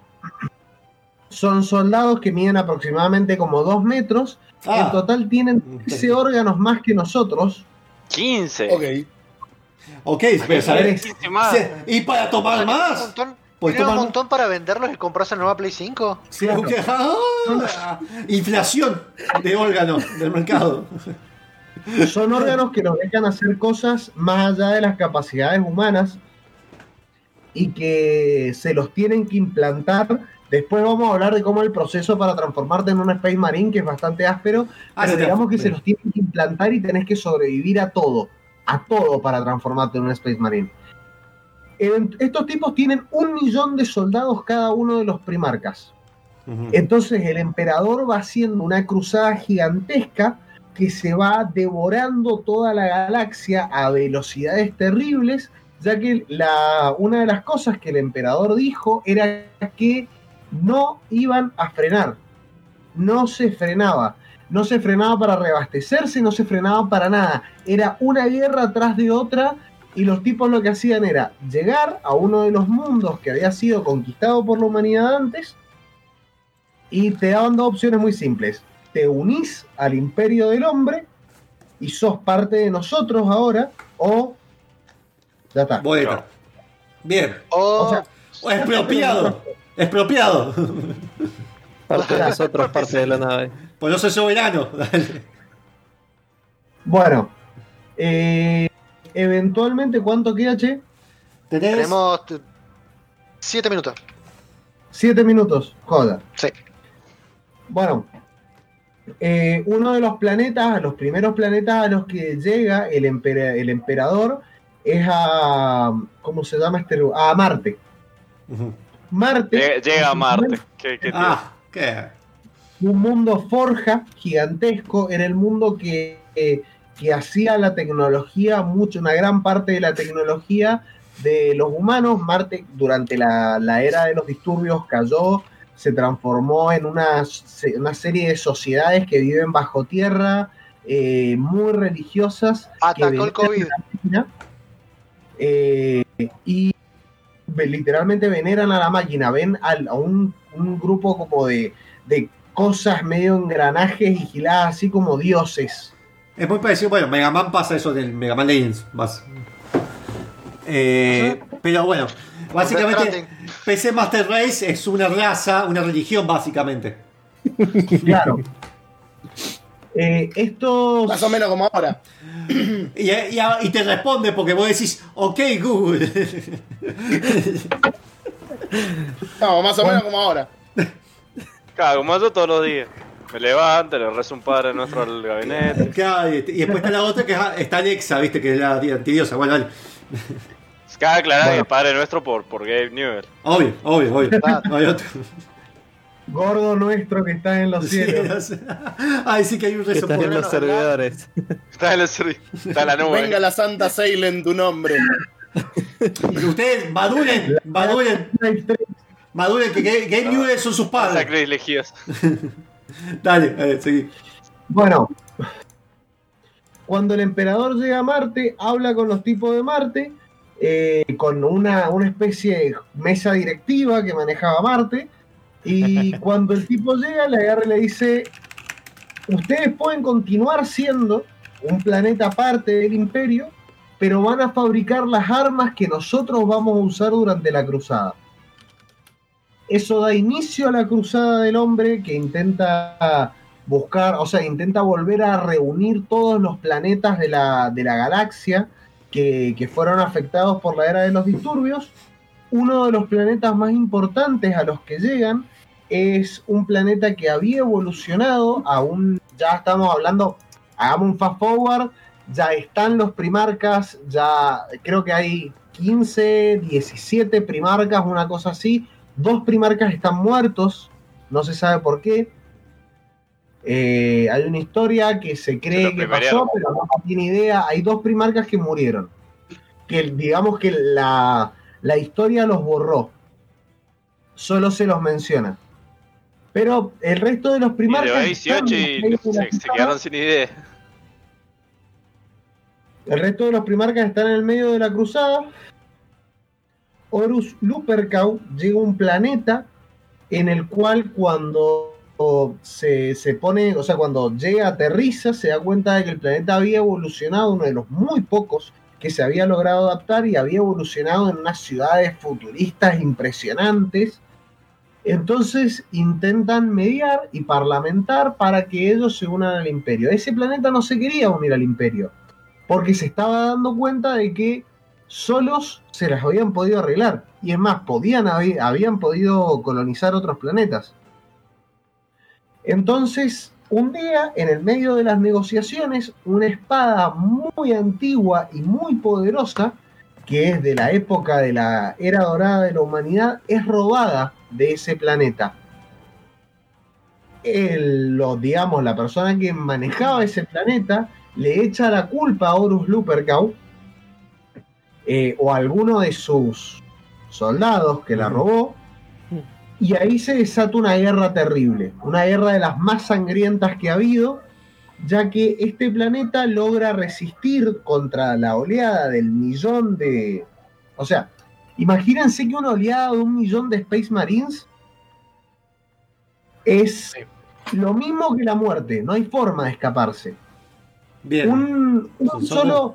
Son soldados que miden aproximadamente como 2 metros. En total tienen 13 órganos más que nosotros. 15. Ok, pero ¿sabes? ¿Y para tomar más? ¿Tiene un montón para venderlos y comprarse la nueva Play 5? Sí, inflación de órganos del mercado. Son órganos que nos dejan hacer cosas más allá de las capacidades humanas y que se los tienen que implantar. Después vamos a hablar de cómo el proceso para transformarte en un Space Marine, que es bastante áspero, pero digamos que se los tienen que implantar y tenés que sobrevivir a todo para transformarte en un Space Marine. Estos tipos tienen 1.000.000 de soldados cada uno de los primarcas. Entonces el emperador va haciendo una cruzada gigantesca que se va devorando toda la galaxia a velocidades terribles, ya que una de las cosas que el emperador dijo era que no iban a frenar. No se frenaba para reabastecerse, no se frenaba para nada. Era una guerra tras de otra, y los tipos lo que hacían era llegar a uno de los mundos que había sido conquistado por la humanidad antes, y te daban 2 opciones muy simples. Te unís al imperio del hombre y sos parte de nosotros ahora, o ya está. Bien. O O expropiado. Expropiado. Parte de nosotros, parte de la nave. Pues no soy soberano. Dale. Bueno, eventualmente, ¿cuánto queda, che? tenemos 7 minutos. 7 minutos, joda. Sí. Bueno, uno de los planetas, los primeros planetas a los que llega el emperador es a... ¿Cómo se llama este lugar? A Marte. Marte. Llega a Marte. ¿Qué ¿qué? Un mundo forja gigantesco, era el mundo que hacía la tecnología, una gran parte de la tecnología de los humanos. Marte durante la era de los disturbios cayó, se transformó en una serie de sociedades que viven bajo tierra, muy religiosas. Atacó el COVID. Y literalmente veneran a la máquina, ven a un grupo como de cosas medio engranajes y giladas así como dioses. Es muy parecido, bueno, Mega Man pasa eso del Mega Man Legends, más. Pero bueno, básicamente PC Master Race es una raza, una religión básicamente. Claro. Estos... Más o menos como ahora. Y te responde porque vos decís, ok Google. No, más o menos como ahora. Claro, como yo todos los días. Me levanto, le rezo un padre nuestro al gabinete. Claro, y después está la otra que está Alexa, viste, que es la antidiosa. Bueno, dale. Cabe aclarar que Padre Nuestro por Gabe Newell. Obvio. No hay otro. Gordo nuestro que está en los cielos. Ay, sí que hay un rezo por los servidores. Está en la nube. Venga la Santa Sail en tu nombre. Ustedes maduren, que Gabe Newell son sus padres. Sacrilegios. Dale, seguí. Bueno, cuando el emperador llega a Marte, habla con los tipos de Marte, con una especie de mesa directiva que manejaba Marte, y cuando el tipo llega, le agarra y le dice: ustedes pueden continuar siendo un planeta aparte del imperio, pero van a fabricar las armas que nosotros vamos a usar durante la cruzada. Eso da inicio a la cruzada del hombre, que intenta intenta volver a reunir todos los planetas de la galaxia que fueron afectados por la era de los disturbios. Uno de los planetas más importantes a los que llegan es un planeta que había evolucionado ya estamos hablando, hagamos un fast forward, ya están los primarcas, ya creo que hay 15, 17 primarcas, una cosa así. 2 primarcas están muertos, no se sabe por qué. Hay una historia que se cree que pasó, pero no tiene idea. Hay 2 primarcas que murieron. Que digamos que la historia los borró. Solo se los menciona. Pero el resto de los primarcas... Y 18 y se quedaron sin idea. El resto de los primarcas están en el medio de la cruzada. Horus Lupercal llega a un planeta en el cual cuando cuando llega, aterriza, se da cuenta de que el planeta había evolucionado, uno de los muy pocos que se había logrado adaptar, y había evolucionado en unas ciudades futuristas impresionantes. Entonces intentan mediar y parlamentar para que ellos se unan al imperio. Ese planeta no se quería unir al imperio, porque se estaba dando cuenta de que solos se las habían podido arreglar, y es más, habían podido colonizar otros planetas. Entonces, un día, en el medio de las negociaciones, una espada muy antigua y muy poderosa, que es de la época de la era dorada de la humanidad, es robada de ese planeta. La persona que manejaba ese planeta le echa la culpa a Horus Lupercal, o a alguno de sus soldados que la robó, y ahí se desata una guerra terrible, una guerra de las más sangrientas que ha habido, ya que este planeta logra resistir contra la oleada del millón de... O sea, imagínense que una oleada de 1.000.000 de Space Marines es lo mismo que la muerte, no hay forma de escaparse. Bien. Un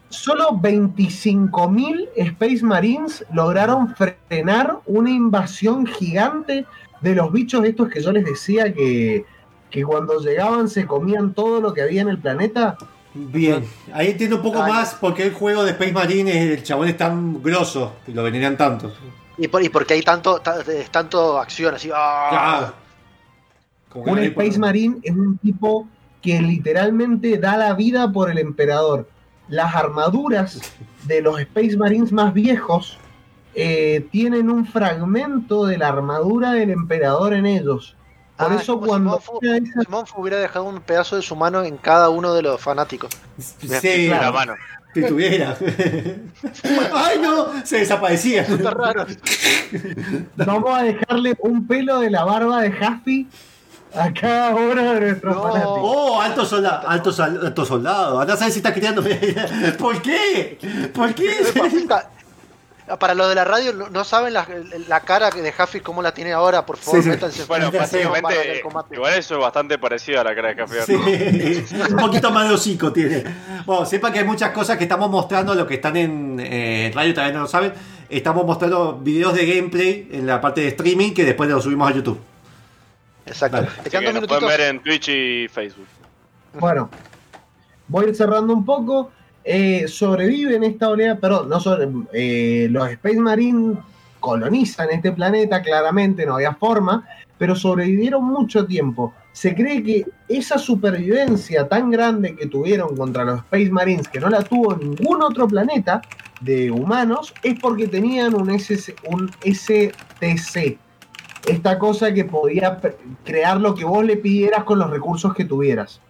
solo 25.000 Space Marines lograron frenar una invasión gigante de los bichos estos que yo les decía que cuando llegaban se comían todo lo que había en el planeta. Bien, ahí entiendo un poco más porque el juego de Space Marine, el chabón es tan grosso y lo veneran tanto. Y porque hay tanto acción así. Claro. Como Un que Space Marine es un tipo que literalmente da la vida por el emperador. Las armaduras de los Space Marines más viejos tienen un fragmento de la armadura del emperador en ellos. Por eso cuando Simón hubiera dejado un pedazo de su mano en cada uno de los fanáticos. Sí, la claro. mano. Si tuviera. ¡Ay, no! Se desaparecía. Está raro. vamos a dejarle un pelo de la barba de Huffy a cada uno de nuestros fanáticos. ¡Oh! Alto soldado. Andá a saber si está criando. ¿Por qué? ¿Por qué? Para los de la radio, no saben la cara de Huffy cómo la tiene ahora, por favor, Sí. métanse. Bueno, básicamente, Barra Combate. igual eso es bastante parecido a la cara de Café. Sí, un poquito más de hocico tiene. Bueno, sepa que hay muchas cosas que estamos mostrando, lo que están en radio también no lo saben. Estamos mostrando videos de gameplay en la parte de streaming que después los subimos a YouTube. Exacto. Vale. Te quedan 2 Nos pueden minutitos. ver en Twitch y Facebook. Bueno, voy a ir cerrando un poco. Sobreviven esta oleada, perdón, no los Space Marines colonizan este planeta, claramente no había forma, pero sobrevivieron mucho tiempo. Se cree que esa supervivencia tan grande que tuvieron contra los Space Marines, que no la tuvo ningún otro planeta de humanos, es porque tenían un STC. Esta cosa que podía crear lo que vos le pidieras con los recursos que tuvieras.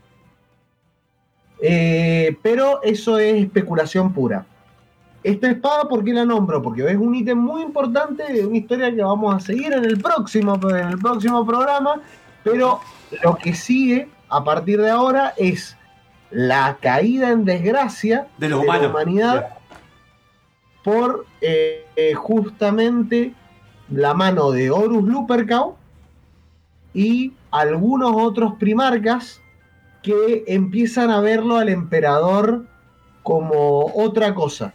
Pero eso es especulación pura. Esta espada, ¿por qué la nombro? Porque es un ítem muy importante de una historia que vamos a seguir en el próximo programa. Pero lo que sigue a partir de ahora es la caída en desgracia De los la humanos. humanidad por justamente la mano de Horus Lupercal y algunos otros primarcas que empiezan a verlo al emperador como otra cosa.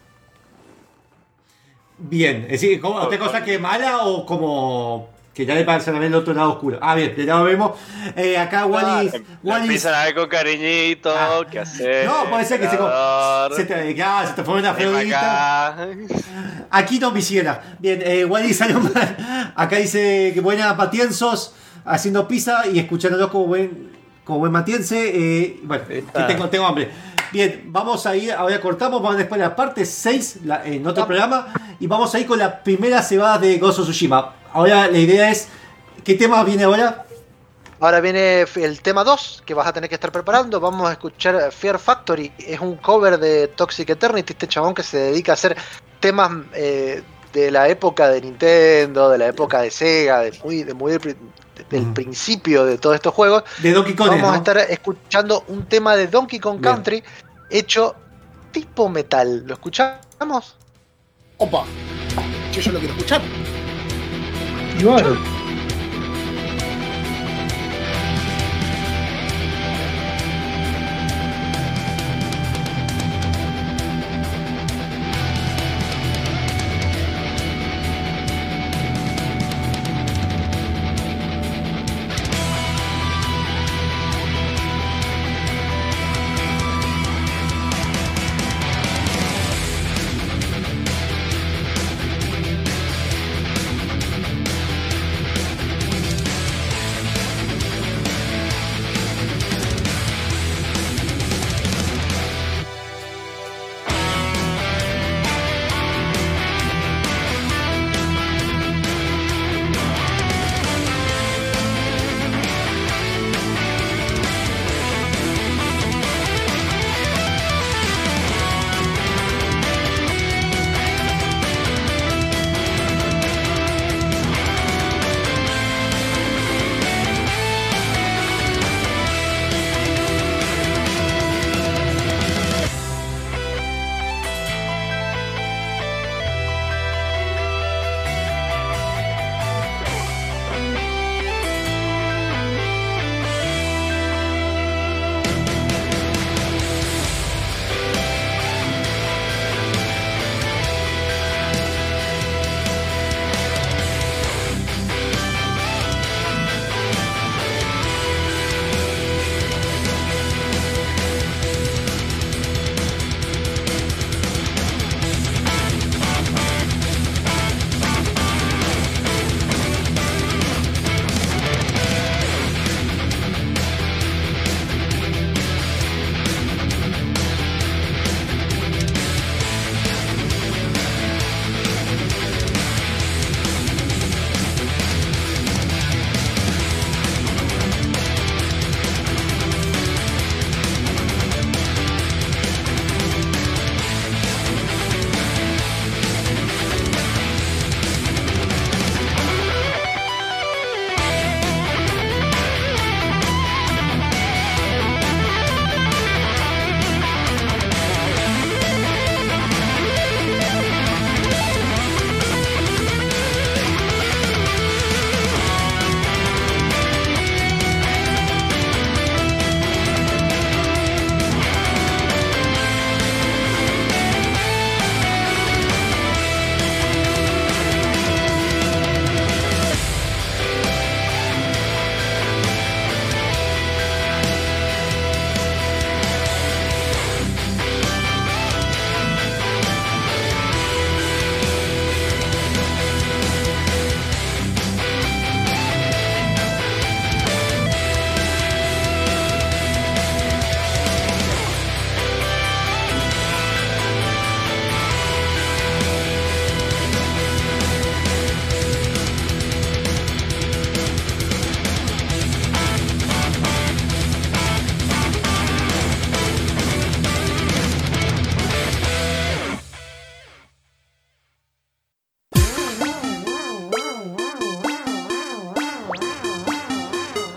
Bien, es decir, ¿otra cosa que mala o como que ya le parece a ver el otro lado oscuro? Ah, bien, ya lo vemos. Acá Wallis. Lo empiezan a ver con cariñito, ¿qué hacer? No, puede ser que se te fue una feudita. Aquí no me hiciera. Bien, Wallis Salomar. Acá dice que buena patienzos haciendo pizza y escuchándolos como buen matiense. Bueno, que tengo hambre. Bien, vamos a ir, ahora cortamos, vamos después a la parte 6 en otro programa y vamos a ir con la primera cebada de Ghost of Tsushima. Ahora la idea es, ¿qué tema viene ahora? Ahora viene el tema 2 que vas a tener que estar preparando. Vamos a escuchar Fear Factory. Es un cover de Toxic Eternity, este chabón que se dedica a hacer temas de la época de Nintendo, de la época de Sega, del principio de todos estos juegos. De Donkey Kong. Vamos a estar escuchando un tema de Donkey Kong Country hecho tipo metal. ¿Lo escuchamos? Opa, yo lo quiero escuchar. Y bueno,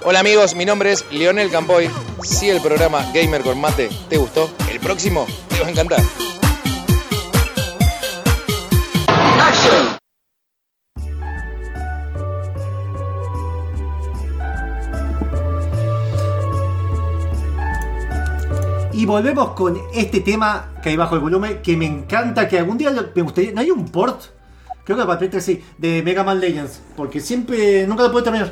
Hola amigos, mi nombre es Lionel Campoy. Si el programa Gamer con Mate te gustó, el próximo te va a encantar. Y volvemos con este tema que hay bajo el volumen, que me encanta, que algún día me gustaría... ¿No hay un port? Creo que para Play 3 sí, de Mega Man Legends, porque nunca lo puedo terminar.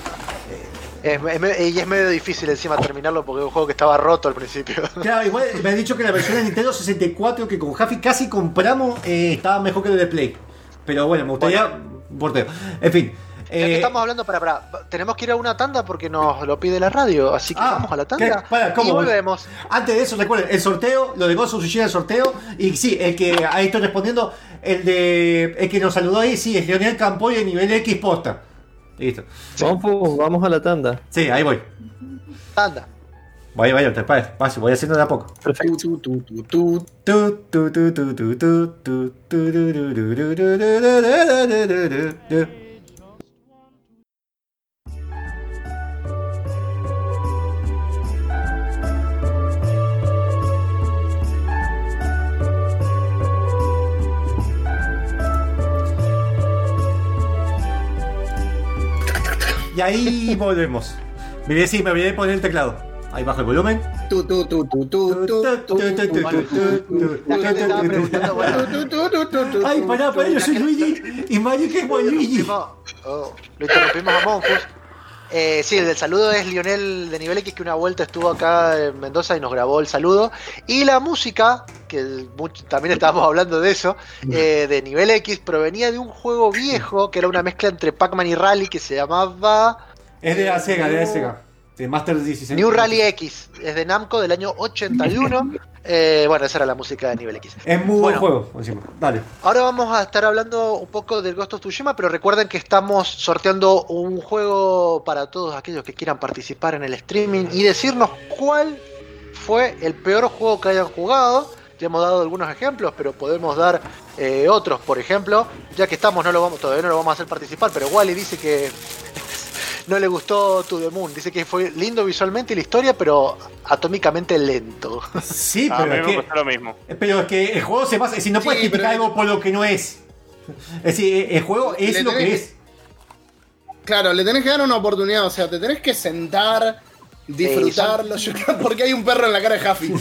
Y es medio difícil encima terminarlo porque es un juego que estaba roto al principio. Claro, igual me han dicho que la versión de Nintendo 64 que con Jafi casi compramos estaba mejor que la de Play. Pero bueno, me gustaría un porteo. En fin. Ya que estamos hablando, tenemos que ir a una tanda porque nos lo pide la radio, así que vamos a la tanda y volvemos. Antes de eso, recuerden, el sorteo, lo de Ghost of Tsushima, el sorteo, y sí, el que ahí estoy respondiendo, el que nos saludó ahí, sí, es Leonel Campoy de nivel X posta. Listo. Vamos a la tanda. Sí, ahí voy. Tanda. Vaya, voy haciendo de a poco. Perfecto. Y ahí volvemos. Me olvidé de poner el teclado. Ahí bajo el volumen. Ay, pará, yo soy Luigi. Y Mario que es Luigi. Lo interrumpimos a Monfus. Sí, el del saludo es Lionel de Nivel X, que una vuelta estuvo acá en Mendoza y nos grabó el saludo. Y la música, que también estábamos hablando de eso, de Nivel X, provenía de un juego viejo que era una mezcla entre Pac-Man y Rally que se llamaba... Es de la Sega, de Master 16. New Rally X, es de Namco del año 81. Bueno, esa era la música de Nivel X. Es muy buen juego, encima. Dale. Ahora vamos a estar hablando un poco del Ghost of Tsushima, pero recuerden que estamos sorteando un juego para todos aquellos que quieran participar en el streaming y decirnos cuál fue el peor juego que hayan jugado. Ya hemos dado algunos ejemplos, pero podemos dar otros. Por ejemplo, ya que estamos, todavía no lo vamos a hacer participar, pero Wally dice que no le gustó To The Moon. Dice que fue lindo visualmente y la historia, pero atómicamente lento. Sí, A pero mí es me que, gustó lo mismo. pero es que el juego se basa. Es decir, no puedes criticar algo por lo que no es. Es decir, el juego es lo que es. Claro, le tenés que dar una oportunidad. O sea, te tenés que sentar, disfrutarlo, llorar, porque hay un perro en la cara de Jaffy.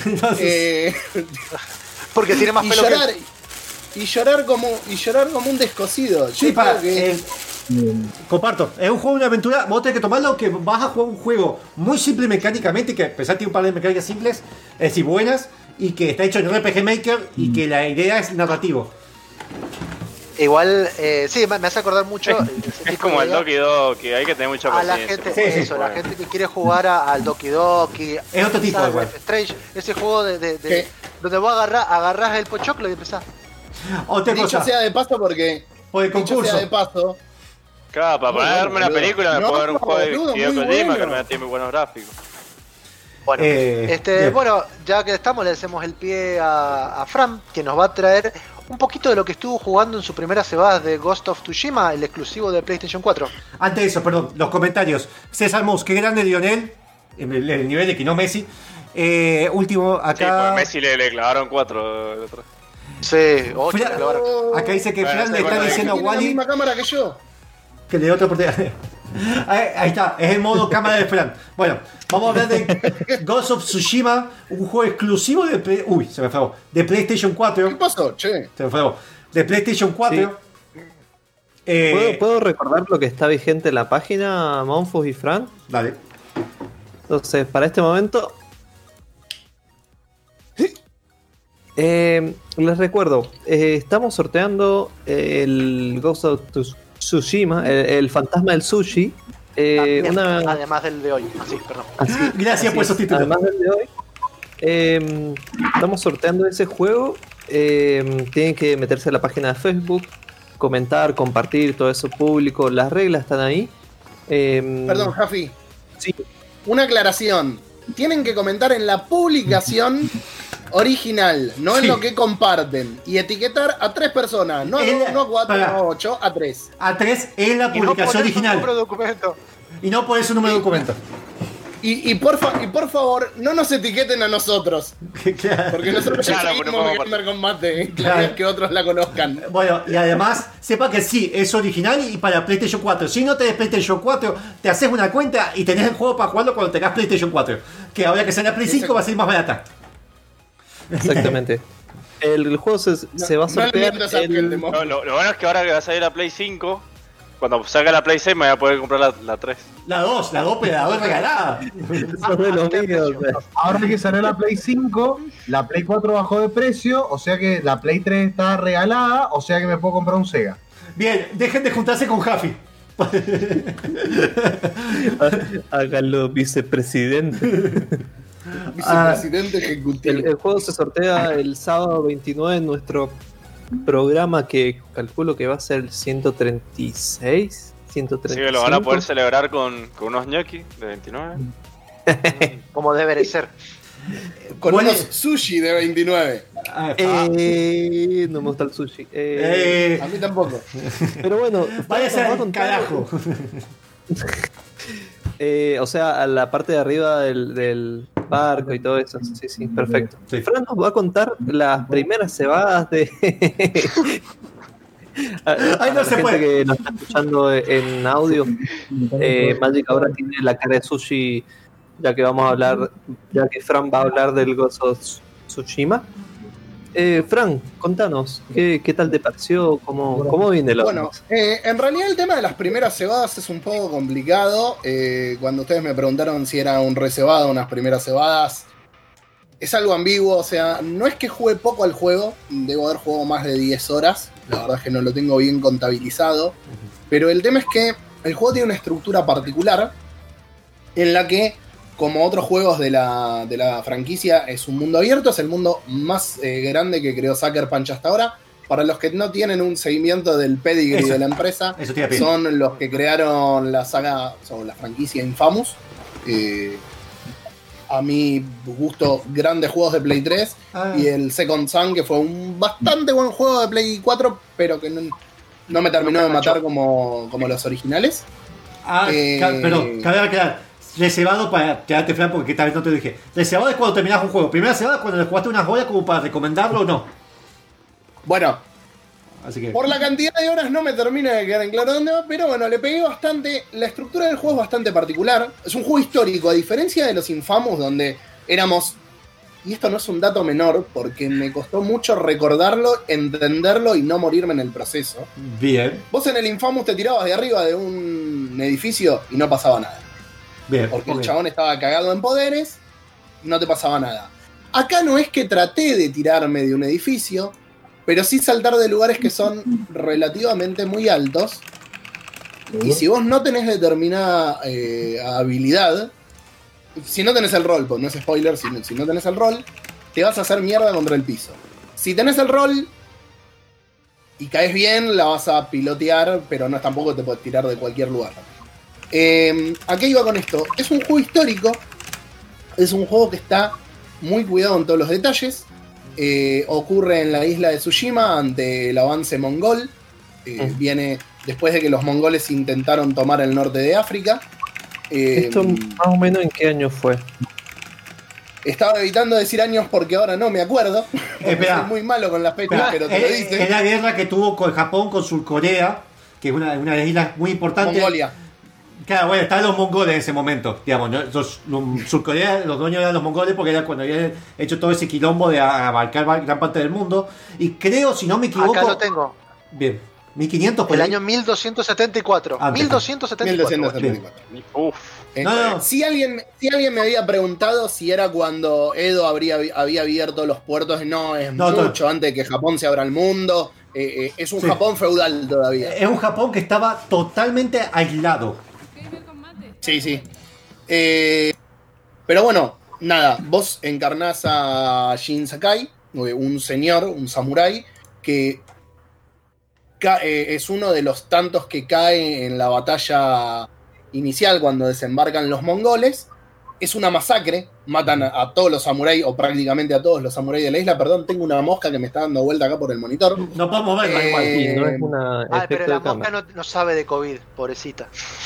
Porque tiene más pelo llorar, y llorar como un descosido. Yo Sí, creo que comparto, es un juego de aventura. Vos tenés que tomarlo que vas a jugar un juego muy simple mecánicamente, que a pesar tiene un par de mecánicas simples, es decir, buenas, y que está hecho en RPG Maker y que la idea es narrativo. Igual, sí, me hace acordar mucho. Es como el Doki Doki, hay que tener mucha a la paciencia. gente, la gente que quiere jugar al Doki Doki. Es otro tipo igual. Strange, ese juego de donde vos agarrás el pochoclo y empezás. Otra dicho cosa, sea de paso porque por el dicho concurso. sea de paso, Claro, para ponerme una película me No, puedo ver un juego de boludo, Hideo muy Kojima bueno. que me tiene muy buenos gráficos. Bueno, bien. bueno, ya que estamos, le hacemos el pie a Fran, que nos va a traer un poquito de lo que estuvo jugando en su primera cebada de Ghost of Tsushima, el exclusivo de PlayStation 4. Antes de eso, perdón, los comentarios. César Mus, qué grande Lionel, en el nivel de que no Messi. Último, Sí, acá. por Messi le clavaron 4 el otro. Sí, 8 Fran- le clavaron. Acá dice que Bueno, Fran sí, le está bueno, diciendo a tiene la Wally misma cámara que yo. que le dé otra oportunidad. Ahí está, es el modo cámara de Fran. Bueno, vamos a hablar de Ghost of Tsushima, un juego exclusivo de se me fue. De PlayStation 4. ¿Qué pasó, che? Se me fue. De PlayStation 4. ¿Puedo recordar lo que está vigente en la página, Monfus y Fran? Dale. Entonces, para este momento... les recuerdo, estamos sorteando el Ghost of Tsushima, el fantasma del sushi. Además del de hoy. Así, perdón. Gracias por esos títulos. Además del de hoy, estamos sorteando ese juego. Tienen que meterse a la página de Facebook, comentar, compartir, todo eso público. Las reglas están ahí. Perdón, Jafi. Sí. Una aclaración. Tienen que comentar en la publicación original, no en Sí. lo que comparten. Y etiquetar a 3 personas. No a 2, no a 4, no a 8, a 3. A 3 es la publicación original. Y no por ese número de documento. Y por favor, no nos etiqueten a nosotros. Claro. Porque nosotros ya Claro, seguimos porque Gamer Combate. Claro. Que otros la conozcan. Bueno, y además, sepa que sí, es original y para PlayStation 4. Si no tenés PlayStation 4, te haces una cuenta y tenés el juego para jugarlo cuando tengas PlayStation 4. Que ahora que sea la Play 5 va a ser más barata. Exactamente. El juego se va a sortear. Lo bueno es que ahora que va a salir la Play 5, cuando salga la Play 6 me voy a poder comprar la 3. La 2, pero la 2 regalada. Ahora que salió la Play 5, la Play 4 bajó de precio, o sea que la Play 3 está regalada, o sea que me puedo comprar un Sega. Bien, dejen de juntarse con Jaffi. Háganlo, vicepresidente. Vicepresidente ejecutivo. El juego se sortea el sábado 29 en nuestro programa que calculo que va a ser el 136, 135. Así que lo van a poder celebrar con unos ñoquis de 29. Como debe de ser. Con unos sushi de 29. No me gusta el sushi. A mí tampoco. Pero bueno, vaya a ser un carajo. O sea, a la parte de arriba del barco y todo eso. Sí, perfecto. Sí. Fran nos va a contar las primeras cebadas de... Ay, no se gente puede. que nos está escuchando en audio. Magic ahora tiene la cara de sushi, ya que Fran va a hablar del Ghost of Tsushima. Fran, contanos, ¿qué tal te pareció? ¿Cómo viene lo Bueno, en realidad el tema de las primeras cebadas es un poco complicado. Cuando ustedes me preguntaron si era un recebado o unas primeras cebadas, es algo ambiguo. O sea, no es que jugué poco al juego, debo haber jugado más de 10 horas. La verdad es que no lo tengo bien contabilizado. Pero el tema es que el juego tiene una estructura particular en la que, como otros juegos de la franquicia, es un mundo abierto, es el mundo más grande que creó Sucker Punch hasta ahora. Para los que no tienen un seguimiento del pedigree de la empresa, son los que crearon la saga, o la franquicia Infamous. A mi gusto, grandes juegos de Play 3. Y el Second Son, que fue un bastante buen juego de Play 4, pero que no me terminó de matar como los originales. Perdón, cabe aclarar. Reservado para quedarte Fran, porque tal vez no te lo dije. Reservado es cuando terminas un juego. Primera reservada es cuando le jugaste unas horas como para recomendarlo o no. Bueno, así que... por la cantidad de horas no me termina de quedar en claro dónde va, pero bueno, le pegué bastante. La estructura del juego es bastante particular. Es un juego histórico, a diferencia de los Infamous, donde éramos... Y esto no es un dato menor, porque me costó mucho recordarlo, entenderlo y no morirme en el proceso. Bien. Vos en el Infamous te tirabas de arriba de un edificio y no pasaba nada. Bien, porque el chabón estaba cagado en poderes, no te pasaba nada. Acá no es que traté de tirarme de un edificio, pero sí saltar de lugares que son relativamente muy altos. Y si vos no tenés determinada habilidad, si no tenés el rol, pues no es spoiler, si no tenés el rol, te vas a hacer mierda contra el piso. Si tenés el rol y caes bien, la vas a pilotear, pero no tampoco te puedes tirar de cualquier lugar. ¿A qué iba con esto? Es un juego histórico, es un juego que está muy cuidado en todos los detalles. Ocurre en la isla de Tsushima ante el avance mongol. Viene después de que los mongoles intentaron tomar el norte de África. ¿Esto más o menos en qué año fue? Estaba evitando decir años porque ahora no me acuerdo. Soy muy malo con las fechas, pero te lo dice. Es la guerra que tuvo con Japón, con Surcorea, que es una de las islas muy importantes. Mongolia. Claro, bueno, estaban los mongoles en ese momento, digamos, ¿no? Los Surcorea, los dueños eran los mongoles porque era cuando habían hecho todo ese quilombo de abarcar gran parte del mundo. Y creo, si no me equivoco... Acá lo tengo. Bien, 1500 por el ahí. año 1274. 1274. Uf. No. Si alguien me había preguntado si era cuando Edo había abierto los puertos, no, es mucho antes de que Japón se abra al mundo. Es un Japón feudal todavía. Es un Japón que estaba totalmente aislado. Sí. Pero bueno, nada, vos encarnás a Shin Sakai, un señor, un samurái, que es uno de los tantos que cae en la batalla inicial cuando desembarcan los mongoles. es una masacre, matan a todos los samuráis, o prácticamente a todos los samuráis de la isla. Perdón, tengo una mosca que me está dando vuelta acá por el monitor. No podemos ver, Sí, no es una pero efecto la de cámara. mosca no sabe de COVID, pobrecita.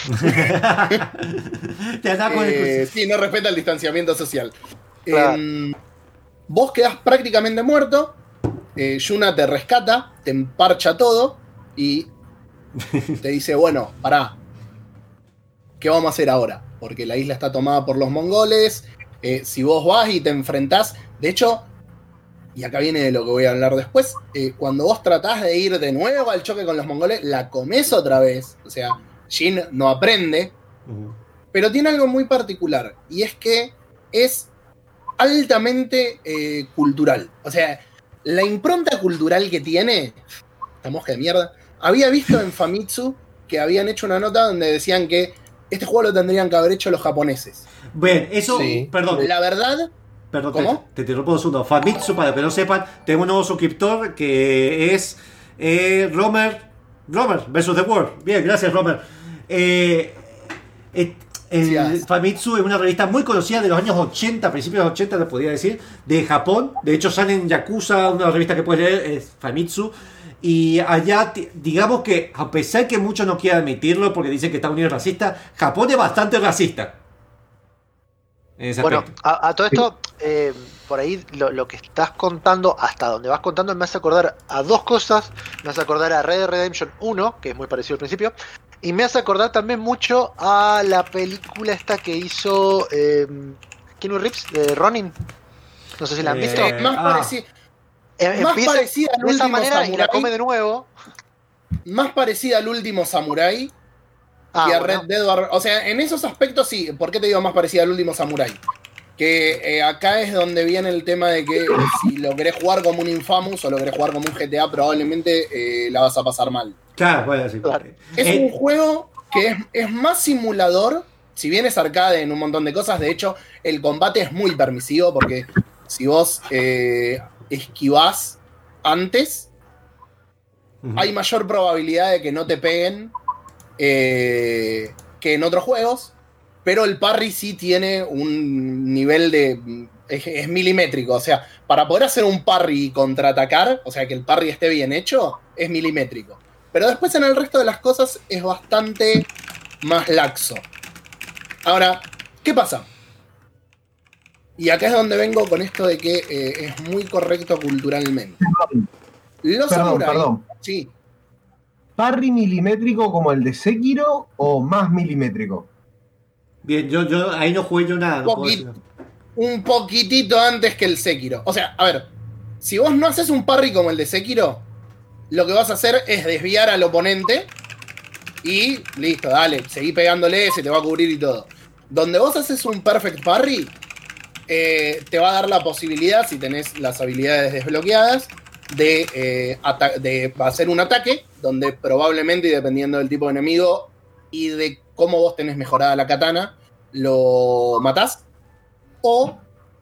Te andás con el Sí, no respeta el distanciamiento social. Claro. Vos quedás prácticamente muerto. Yuna te rescata, te emparcha todo y te dice, bueno, pará, ¿qué vamos a hacer ahora? Porque la isla está tomada por los mongoles. Si vos vas y te enfrentás, de hecho, y acá viene de lo que voy a hablar después, cuando vos tratás de ir de nuevo al choque con los mongoles, la comés otra vez. O sea, Jin no aprende, pero tiene algo muy particular, y es que es altamente cultural. O sea, la impronta cultural que tiene, esta mosca de mierda, había visto en Famitsu que habían hecho una nota donde decían que este juego lo tendrían que haber hecho los japoneses. Bien, eso, Sí. perdón. La verdad, Perdón, ¿cómo? te interrumpo un segundo. Famitsu, para que no sepan, tengo un nuevo suscriptor que es Romer versus The World. Bien, gracias, Romer. Famitsu es una revista muy conocida de los años 80, principios de los 80, le podría decir, de Japón. De hecho, sale en Yakuza, una revista que puedes leer es Famitsu. Y allá, digamos que, a pesar que muchos no quieran admitirlo porque dicen que Estados Unidos es racista, Japón es bastante racista. En ese Bueno, aspecto. a todo esto, por ahí lo que estás contando, hasta donde vas contando, me hace acordar a dos cosas. Me hace acordar a Red Dead Redemption 1, que es muy parecido al principio, y me hace acordar también mucho a la película esta que hizo Keanu Reeves, de Ronin. No sé si la han visto. más parecida. Más Empieza parecida al de esa último manera y la Samurai. come de nuevo. Más parecida al último Samurai que a bueno. Red Dead. O sea, en esos aspectos sí. ¿Por qué te digo más parecida al último Samurai? Que acá es donde viene el tema de que si lo querés jugar como un Infamous o lo querés jugar como un GTA, probablemente la vas a pasar mal. Claro, bueno, sí. Es un juego que es más simulador. Si bien es arcade en un montón de cosas, de hecho, el combate es muy permisivo porque si vos esquivás antes, hay mayor probabilidad de que no te peguen que en otros juegos, pero el parry sí tiene un nivel de... es milimétrico, o sea, para poder hacer un parry y contraatacar, o sea, que el parry esté bien hecho, es milimétrico. Pero después en el resto de las cosas es bastante más laxo. Ahora, ¿qué pasa? Y acá es donde vengo con esto de que es muy correcto culturalmente. Los samuráis... Perdón. Sí. ¿Parry milimétrico como el de Sekiro o más milimétrico? Bien, yo ahí no jugué yo nada. No puedo decir. Un poquitito antes que el Sekiro. O sea, a ver, si vos no haces un parry como el de Sekiro, lo que vas a hacer es desviar al oponente y listo, dale, seguí pegándole, se te va a cubrir y todo. Donde vos haces un perfect parry, te va a dar la posibilidad, si tenés las habilidades desbloqueadas, de hacer un ataque, donde probablemente, y dependiendo del tipo de enemigo y de cómo vos tenés mejorada la katana, lo matás. O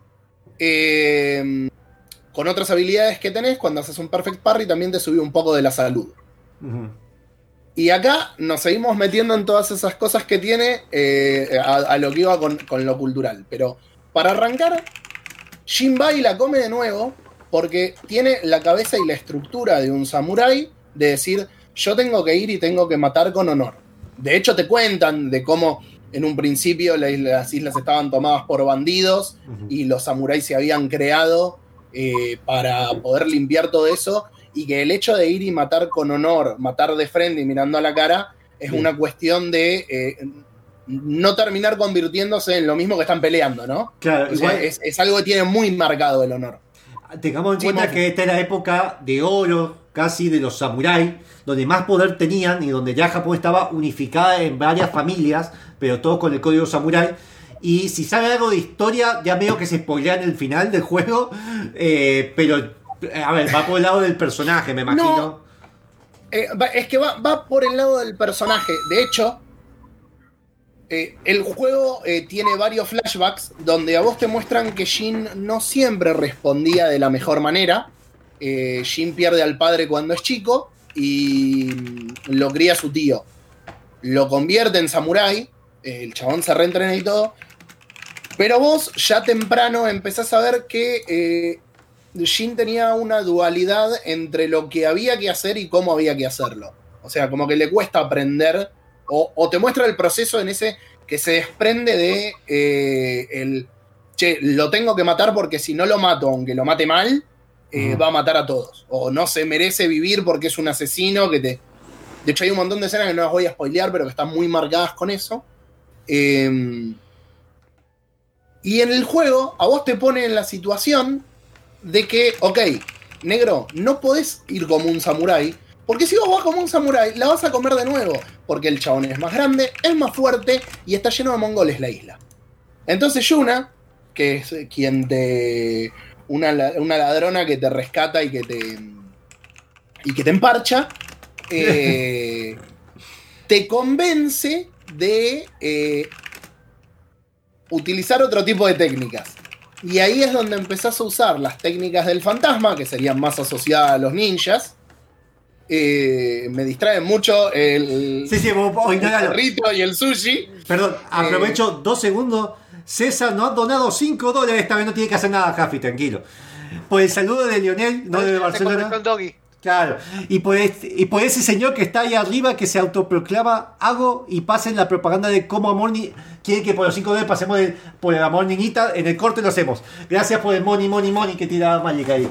con otras habilidades que tenés, cuando haces un perfect parry, también te sube un poco de la salud. Y acá nos seguimos metiendo en todas esas cosas que tiene a lo que iba con lo cultural. Pero para arrancar, Jinbai la come de nuevo porque tiene la cabeza y la estructura de un samurái de decir, yo tengo que ir y tengo que matar con honor. De hecho, te cuentan de cómo en un principio las islas estaban tomadas por bandidos y los samuráis se habían creado para poder limpiar todo eso, y que el hecho de ir y matar con honor, matar de frente y mirando a la cara, es una cuestión de no terminar convirtiéndose en lo mismo que están peleando, ¿no? Claro, Igual es algo que tiene muy marcado el honor. Tengamos en cuenta que esta era la época de oro casi de los samuráis, donde más poder tenían y donde ya Japón estaba unificada en varias familias, pero todos con el código samurái. Y si sabe algo de historia, ya veo que se spoilean el final del juego, pero a ver, va por el lado del personaje, me imagino. No, es que va por el lado del personaje. De hecho, el juego tiene varios flashbacks donde a vos te muestran que Jin no siempre respondía de la mejor manera. Jin pierde al padre cuando es chico y lo cría su tío. Lo convierte en samurái, el chabón se reentrena y todo, Pero vos ya temprano empezás a ver que Jin tenía una dualidad entre lo que había que hacer y cómo había que hacerlo. O sea, como que le cuesta aprender, o te muestra el proceso en ese que se desprende de che, lo tengo que matar porque si no lo mato, aunque lo mate mal, va a matar a todos. O no se merece vivir porque es un asesino que te... De hecho, hay un montón de escenas que no las voy a spoilear, pero que están muy marcadas con eso. Y en el juego, a vos te pone en la situación de que, ok, negro, no podés ir como un samurái, porque si vos vas como un samurái, la vas a comer de nuevo, porque el chabón es más grande, es más fuerte y está lleno de mongoles la isla. Entonces Yuna, que es quien te... Una ladrona que te rescata y que te emparcha, te convence de utilizar otro tipo de técnicas. Y ahí es donde empezás a usar las técnicas del fantasma, que serían más asociadas a los ninjas. Me distrae mucho el perrito y el sushi. Perdón, aprovecho 2 segundos. César nos ha donado $5. Esta vez no tiene que hacer nada, Jaffi, tranquilo. Por el saludo de Lionel, no de Barcelona. Claro, y por ese señor que está ahí arriba que se autoproclama hago y pasen la propaganda de cómo amor quiere que por los $5 pasemos por el amor niñita, en el corte lo hacemos. Gracias por el money que tiraba Magic ahí.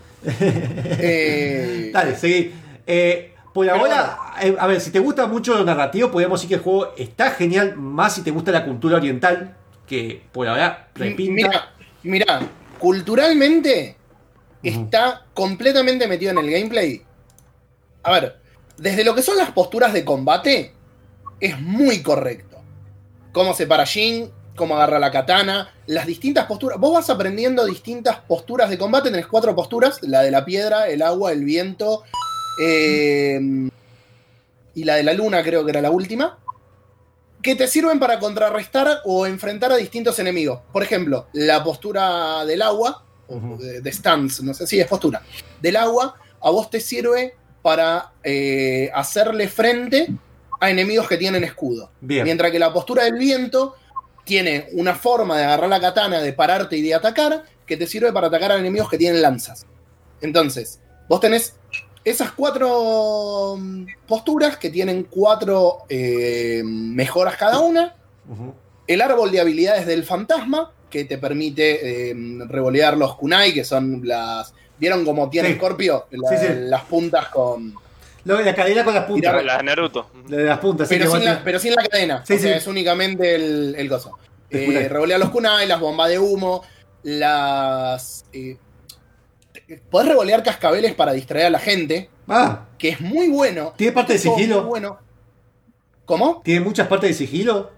Dale, seguí. Por ahora, a ver, si te gusta mucho lo narrativo, podemos decir que el juego está genial, más si te gusta la cultura oriental, que por ahora repinta. Mira, culturalmente está completamente metido en el gameplay. A ver, desde lo que son las posturas de combate, es muy correcto. Cómo se para Jin, cómo agarra la katana, las distintas posturas. Vos vas aprendiendo distintas posturas de combate, tenés 4 posturas, la de la piedra, el agua, el viento, y la de la luna creo que era la última, que te sirven para contrarrestar o enfrentar a distintos enemigos. Por ejemplo, la postura del agua, de stance, no sé si es postura, del agua, a vos te sirve para hacerle frente a enemigos que tienen escudo. Bien. Mientras que la postura del viento tiene una forma de agarrar la katana, de pararte y de atacar, que te sirve para atacar a enemigos que tienen lanzas. Entonces, vos tenés esas 4 posturas que tienen 4 mejoras cada una. El árbol de habilidades del fantasma, que te permite revolear los kunai, que son las... ¿Vieron cómo tiene Scorpio? Las puntas con... La cadena con las puntas. Las Naruto. Las puntas, pero sin la cadena. Sí, o sea, es únicamente el gozo. Revolear los kunai, las bombas de humo, las... podés revolear cascabeles para distraer a la gente. Que es muy bueno. ¿Tiene parte de sigilo? Bueno. ¿Cómo? ¿Tiene muchas partes de sigilo?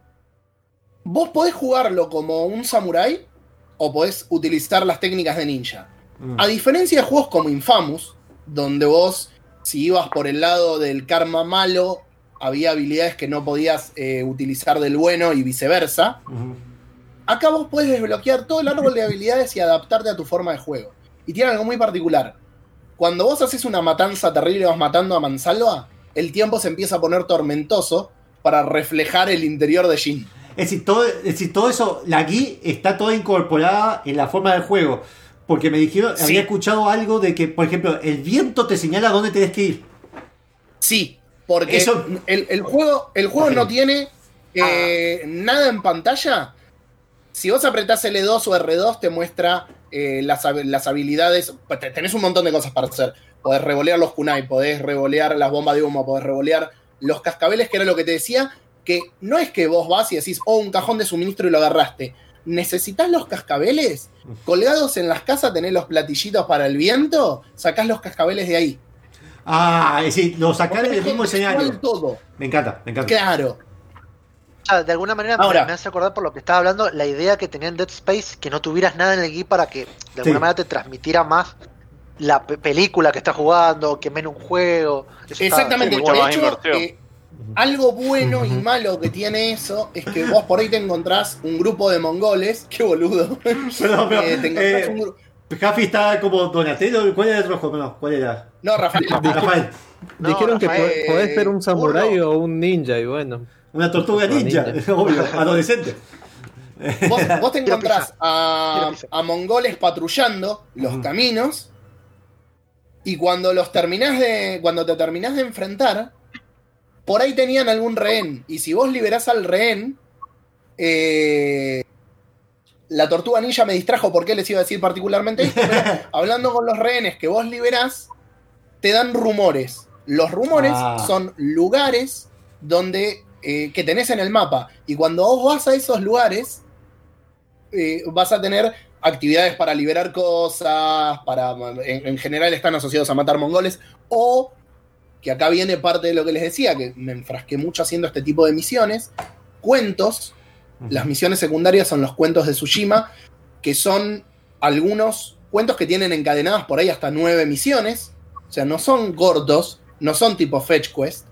Vos podés jugarlo como un samurái o podés utilizar las técnicas de ninja. A diferencia de juegos como Infamous, donde vos, si ibas por el lado del karma malo, había habilidades que no podías utilizar del bueno y viceversa. Acá vos podés desbloquear todo el árbol de habilidades y adaptarte a tu forma de juego. Y tiene algo muy particular. Cuando vos haces una matanza terrible y vas matando a mansalva, el tiempo se empieza a poner tormentoso para reflejar el interior de Jin. Es decir, todo eso, la GUI está toda incorporada en la forma del juego. Porque me dijeron, había escuchado algo de que, por ejemplo, el viento te señala dónde tenés que ir. Sí, porque eso, el juego no tiene nada en pantalla. Si vos apretás L2 o R2 te muestra las habilidades. Tenés un montón de cosas para hacer. Podés revolear los kunai, podés revolear las bombas de humo, podés revolear los cascabeles, que era lo que te decía. Que no es que vos vas y decís, un cajón de suministro y lo agarraste. ¿Necesitas los cascabeles? Colgados en las casas tenés los platillitos para el viento, sacás los cascabeles de ahí. Es decir, los sacás del mismo escenario. Todo. Me encanta. Claro. De alguna manera me hace acordar por lo que estaba hablando, la idea que tenía en Dead Space, que no tuvieras nada en el guía para que de alguna manera te transmitiera más la película que estás jugando, que menos un juego. Eso exactamente, mucha más inversión. Algo bueno y malo que tiene eso es que vos por ahí te encontrás un grupo de mongoles. ¡Qué boludo! Pero, te encontrás un grupo. Jaffi está como Donatello. ¿Cuál era el rojo? No, ¿cuál era? No, Rafael. Dijeron que podés ser un samurái o un ninja y bueno. Una tortuga ninja, obvio, adolescente. Vos te encontrás a mongoles patrullando los caminos y cuando te terminás de enfrentar, por ahí tenían algún rehén. Y si vos liberás al rehén, la tortuga ninja me distrajo porque les iba a decir particularmente esto, pero hablando con los rehenes que vos liberás, te dan rumores. Los rumores son lugares donde que tenés en el mapa. Y cuando vos vas a esos lugares, vas a tener actividades para liberar cosas, en general están asociados a matar mongoles, o, que acá viene parte de lo que les decía, que me enfrasqué mucho haciendo este tipo de misiones, cuentos. Las misiones secundarias son los cuentos de Tsushima, que son algunos cuentos que tienen encadenadas por ahí hasta 9 misiones, o sea, no son cortos, no son tipo Fetch Quest,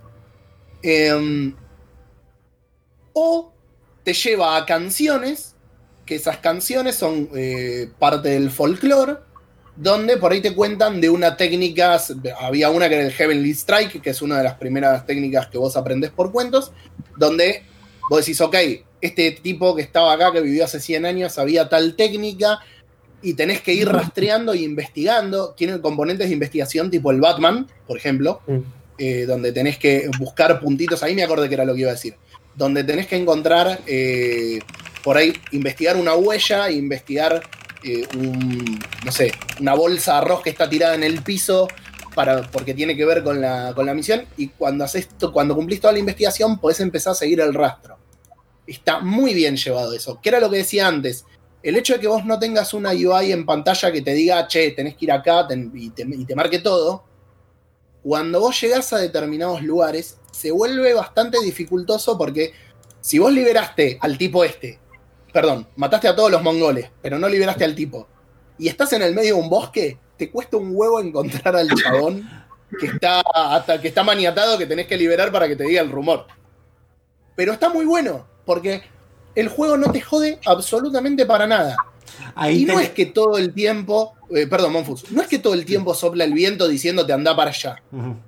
o te lleva a canciones, que esas canciones son parte del folclore, donde por ahí te cuentan de una técnica. Había una que era el Heavenly Strike, que es una de las primeras técnicas que vos aprendés por cuentos, donde vos decís, ok, este tipo que estaba acá, que vivió hace 100 años, sabía tal técnica, y tenés que ir rastreando e investigando. Tiene componentes de investigación tipo el Batman, por ejemplo, donde tenés que buscar puntitos. Ahí me acordé que era lo que iba a decir. Donde tenés que encontrar, por ahí, investigar una huella, investigar no sé, una bolsa de arroz que está tirada en el piso, porque tiene que ver con la misión, y cuando cumplís toda la investigación podés empezar a seguir el rastro. Está muy bien llevado eso. ¿Qué era lo que decía antes? El hecho de que vos no tengas una UI en pantalla que te diga, che, tenés que ir acá y te marque todo, cuando vos llegás a determinados lugares se vuelve bastante dificultoso, porque si vos liberaste al tipo mataste a todos los mongoles, pero no liberaste al tipo, y estás en el medio de un bosque, te cuesta un huevo encontrar al chabón que está maniatado, que tenés que liberar para que te diga el rumor. Pero está muy bueno, porque el juego no te jode absolutamente para nada. Y no es que todo el tiempo, perdón, Monfus, no es que todo el tiempo sopla el viento diciéndote anda para allá.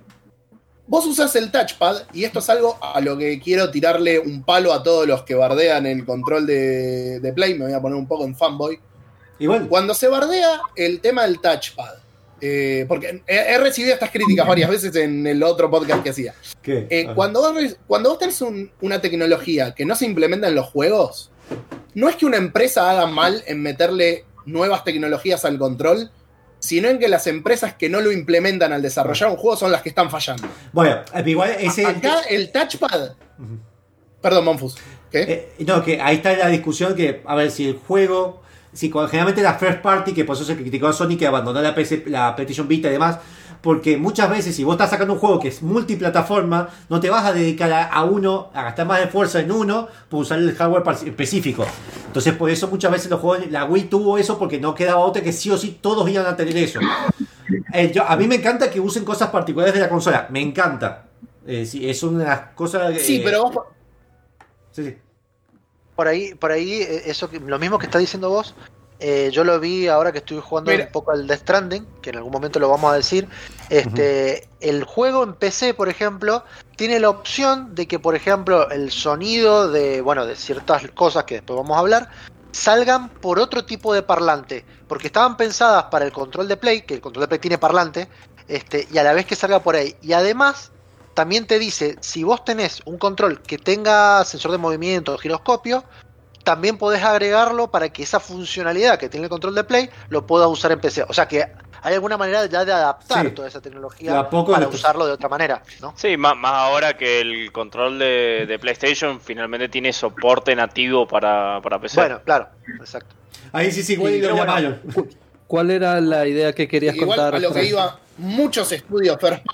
Vos usás el touchpad, y esto es algo a lo que quiero tirarle un palo a todos los que bardean el control de Play. Me voy a poner un poco en fanboy. Igual. Cuando se bardea el tema del touchpad, porque he recibido estas críticas varias veces en el otro podcast que hacía. Cuando vos tenés una tecnología que no se implementa en los juegos, no es que una empresa haga mal en meterle nuevas tecnologías al control, sino en que las empresas que no lo implementan al desarrollar un juego son las que están fallando. Bueno, igual acá el touchpad... Perdón, Monfus. ¿Qué? No, que ahí está la discusión que, a ver, si el juego... generalmente la first party, que por eso se criticó a Sony que abandonó la PlayStation Vita y demás, porque muchas veces si vos estás sacando un juego que es multiplataforma, no te vas a dedicar a gastar más de fuerza en uno por usar el hardware específico. Entonces por eso muchas veces los juegos, la Wii tuvo eso, porque no quedaba otra que sí o sí todos iban a tener eso. A mí me encanta que usen cosas particulares de la consola, me encanta. Es una de las cosas... Sí, pero vos... Sí. Por ahí, eso, lo mismo que estás diciendo vos, yo lo vi ahora que estoy jugando un poco al Death Stranding, que en algún momento lo vamos a decir. El juego en PC, por ejemplo, tiene la opción de que, por ejemplo, el sonido de ciertas cosas que después vamos a hablar, salgan por otro tipo de parlante, porque estaban pensadas para el control de Play, que el control de Play tiene parlante, y a la vez que salga por ahí. Y además también te dice, si vos tenés un control que tenga sensor de movimiento o giroscopio, también podés agregarlo para que esa funcionalidad que tiene el control de Play lo puedas usar en PC. O sea que hay alguna manera ya de adaptar toda esa tecnología para usarlo de otra manera, ¿no? Sí, más ahora que el control de PlayStation finalmente tiene soporte nativo para PC. Bueno, claro, exacto. Ahí sí, igual lo llamaron. ¿Cuál era la idea que querías contar? A lo que iba, muchos estudios first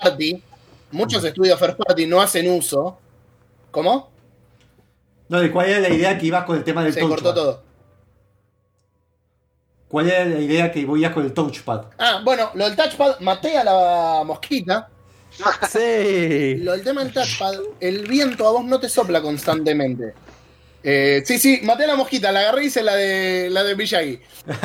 party no hacen uso. ¿Cómo? No, ¿cuál era la idea que ibas con el tema del touchpad? Se cortó todo. ¿Cuál era la idea que ibas con el touchpad? Bueno, lo del touchpad, maté a la mosquita. Sí. Lo del tema del touchpad, el viento a vos no te sopla constantemente. Sí, maté a la mosquita, la agarré y hice la de Miyagi.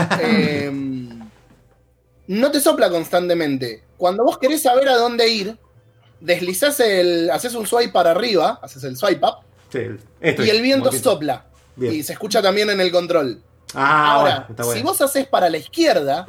No te sopla constantemente. Cuando vos querés saber a dónde ir, deslizás haces un swipe para arriba, haces el swipe up, y el viento sopla. Bien. Y se escucha también en el control. Ah, Ahora, bueno, está bueno. si vos haces para la izquierda,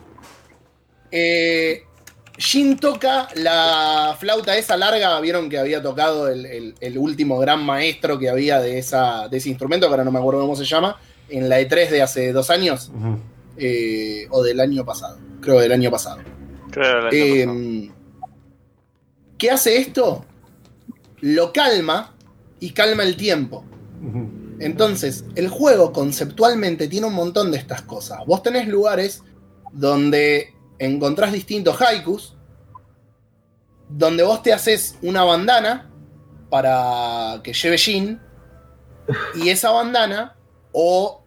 Jin toca la flauta esa larga. Vieron que había tocado el último gran maestro que había de ese instrumento, que ahora no me acuerdo cómo se llama, en la E3 de hace 2 años. Ujú. O del año pasado. Creo del año pasado. Creo que el año pasado. ¿Qué hace esto? Lo calma y calma el tiempo. Ujú. Entonces, el juego conceptualmente tiene un montón de estas cosas. Vos tenés lugares donde encontrás distintos haikus, donde vos te haces una bandana para que lleve Jin, y esa bandana o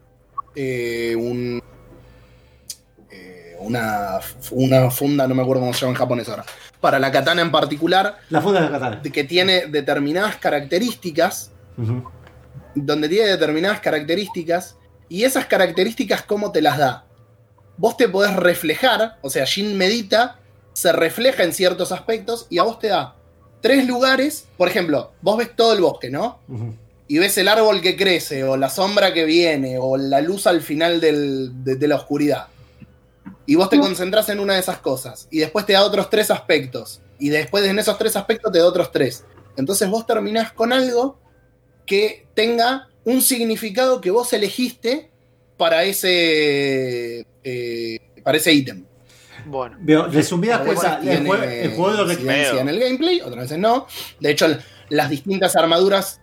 una funda, no me acuerdo cómo se llama en japonés ahora, para la katana en particular, La funda de la katana. que tiene determinadas características, Ujú. donde tiene determinadas características, y esas características, ¿cómo te las da? Vos te podés reflejar, o sea, Jin medita, se refleja en ciertos aspectos, y a vos te da 3 lugares. Por ejemplo, vos ves todo el bosque, ¿no? Ujú. Y ves el árbol que crece, o la sombra que viene, o la luz al final de la oscuridad. Y vos te concentrás en una de esas cosas, y después te da otros 3 aspectos, y después en esos 3 aspectos te da otros 3. Entonces vos terminás con algo que tenga un significado que vos elegiste para ese ítem. Bueno. Resumida Otras cosa, veces tiene el juego lo incidencia en el gameplay, otras veces no. De hecho, las distintas armaduras.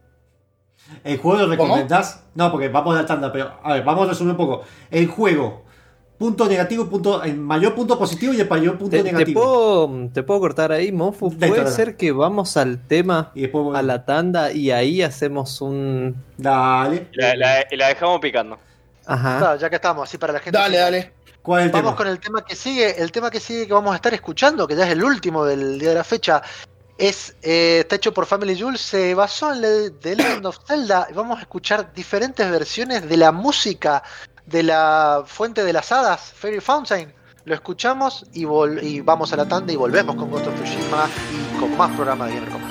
¿El juego lo recomendás? No, porque vamos a la tanda, pero a ver, vamos a resumir un poco. El juego, punto negativo, el mayor punto positivo y el mayor punto negativo. ¿Te puedo cortar ahí, Monfu? ¿Puede ser que vamos al tema, a la tanda, y ahí hacemos un... Dale. Y la dejamos picando. Ajá. Claro, ya que estamos, así para la gente. Dale. ¿Cuál es el Vamos tema? con el tema que sigue. El tema que sigue que vamos a estar escuchando, que ya es el último del día de la fecha, está hecho por Family Jules. Se basó en The Legend of Zelda. Y vamos a escuchar diferentes versiones de la música de la Fuente de las Hadas, Fairy Fountain. Lo escuchamos y vamos a la tanda y volvemos con Ghost of Tsushima y con más programas de Gamer Command.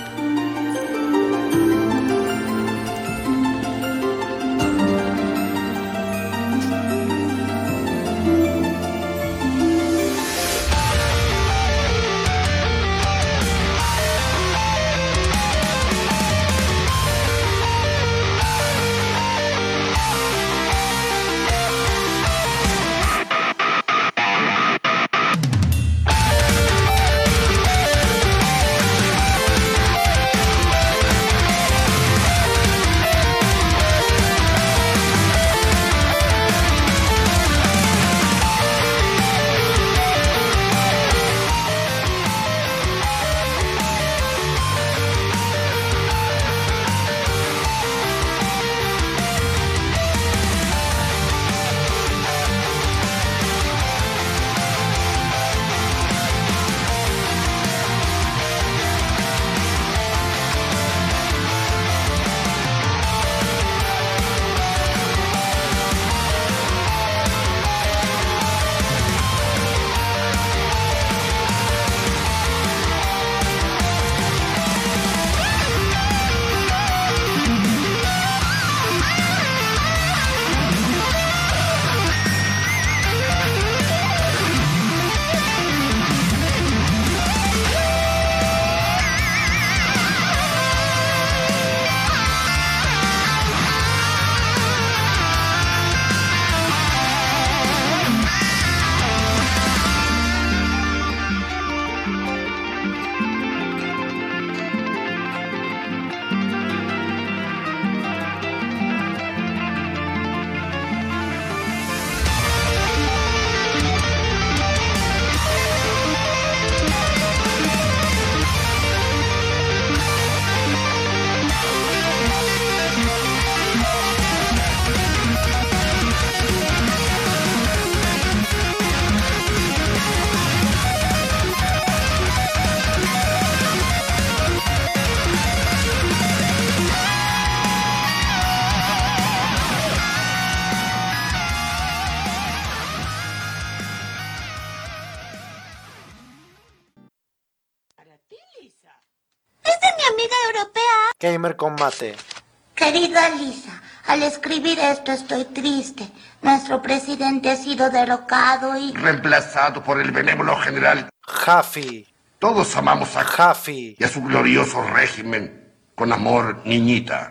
¿Esta es mi amiga europea? Gamer Combate. Querida Lisa, Al escribir esto estoy triste. Nuestro presidente ha sido derrocado y... reemplazado por el benévolo general Jaffe. Todos amamos a Jaffe y a su glorioso régimen. Con amor, niñita.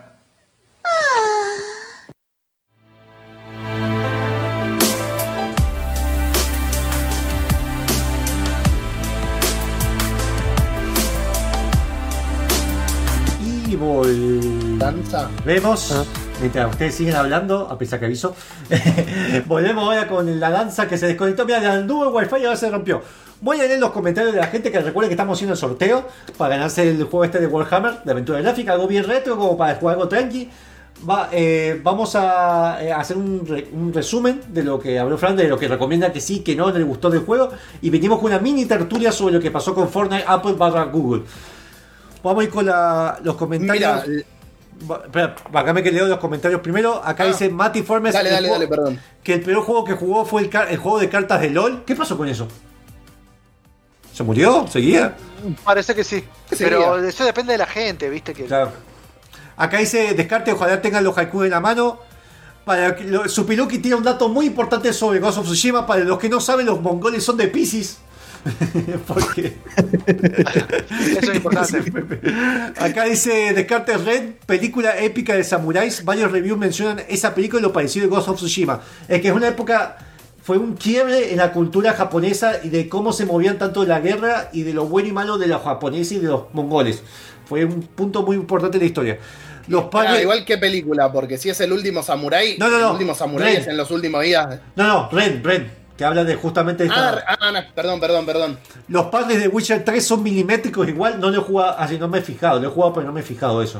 Y volvemos. Mientras ustedes siguen hablando, a pesar que aviso, volvemos ahora con la danza que se desconectó. Mira, la nube Wi-Fi ahora se rompió. Voy a leer los comentarios de la gente que recuerde que estamos haciendo el sorteo para ganarse el juego este de Warhammer, de aventura gráfica, algo bien retro, como para jugar algo tranqui. Vamos a hacer un resumen de lo que habló Fran, de lo que recomienda que sí, que no, le gustó del juego. Y venimos con una mini tertulia sobre lo que pasó con Fortnite, Apple / Google. Vamos a ir con los comentarios. Mira, espera, bacame que leo los comentarios primero. Acá dice Mati Formes dale, perdón. Que el peor juego que jugó fue el juego de cartas de LOL. ¿Qué pasó con eso? ¿Se murió? ¿Seguía? Parece que sí. Pero eso depende de la gente, ¿viste? Que... Claro. Acá dice Descarte, ojalá tengan los haikus en la mano. Supiluki tiene un dato muy importante sobre Ghost of Tsushima. Para los que no saben, los mongoles son de Pisces. Porque eso es importante. Acá dice Descartes Red, película épica de samuráis. Varios reviews mencionan esa película y lo parecido de Ghost of Tsushima. Es que es una época, fue un quiebre en la cultura japonesa y de cómo se movían tanto de la guerra y de lo bueno y malo de los japoneses y de los mongoles. Fue un punto muy importante de la historia. Los padres... igual que película, porque si es el último samurái, no. El último samurái es en los últimos días. Ren. Que habla de justamente de esta... no, perdón. Los padres de Witcher 3 son milimétricos igual, no lo he jugado, así no me he fijado, lo he jugado pero no me he fijado eso.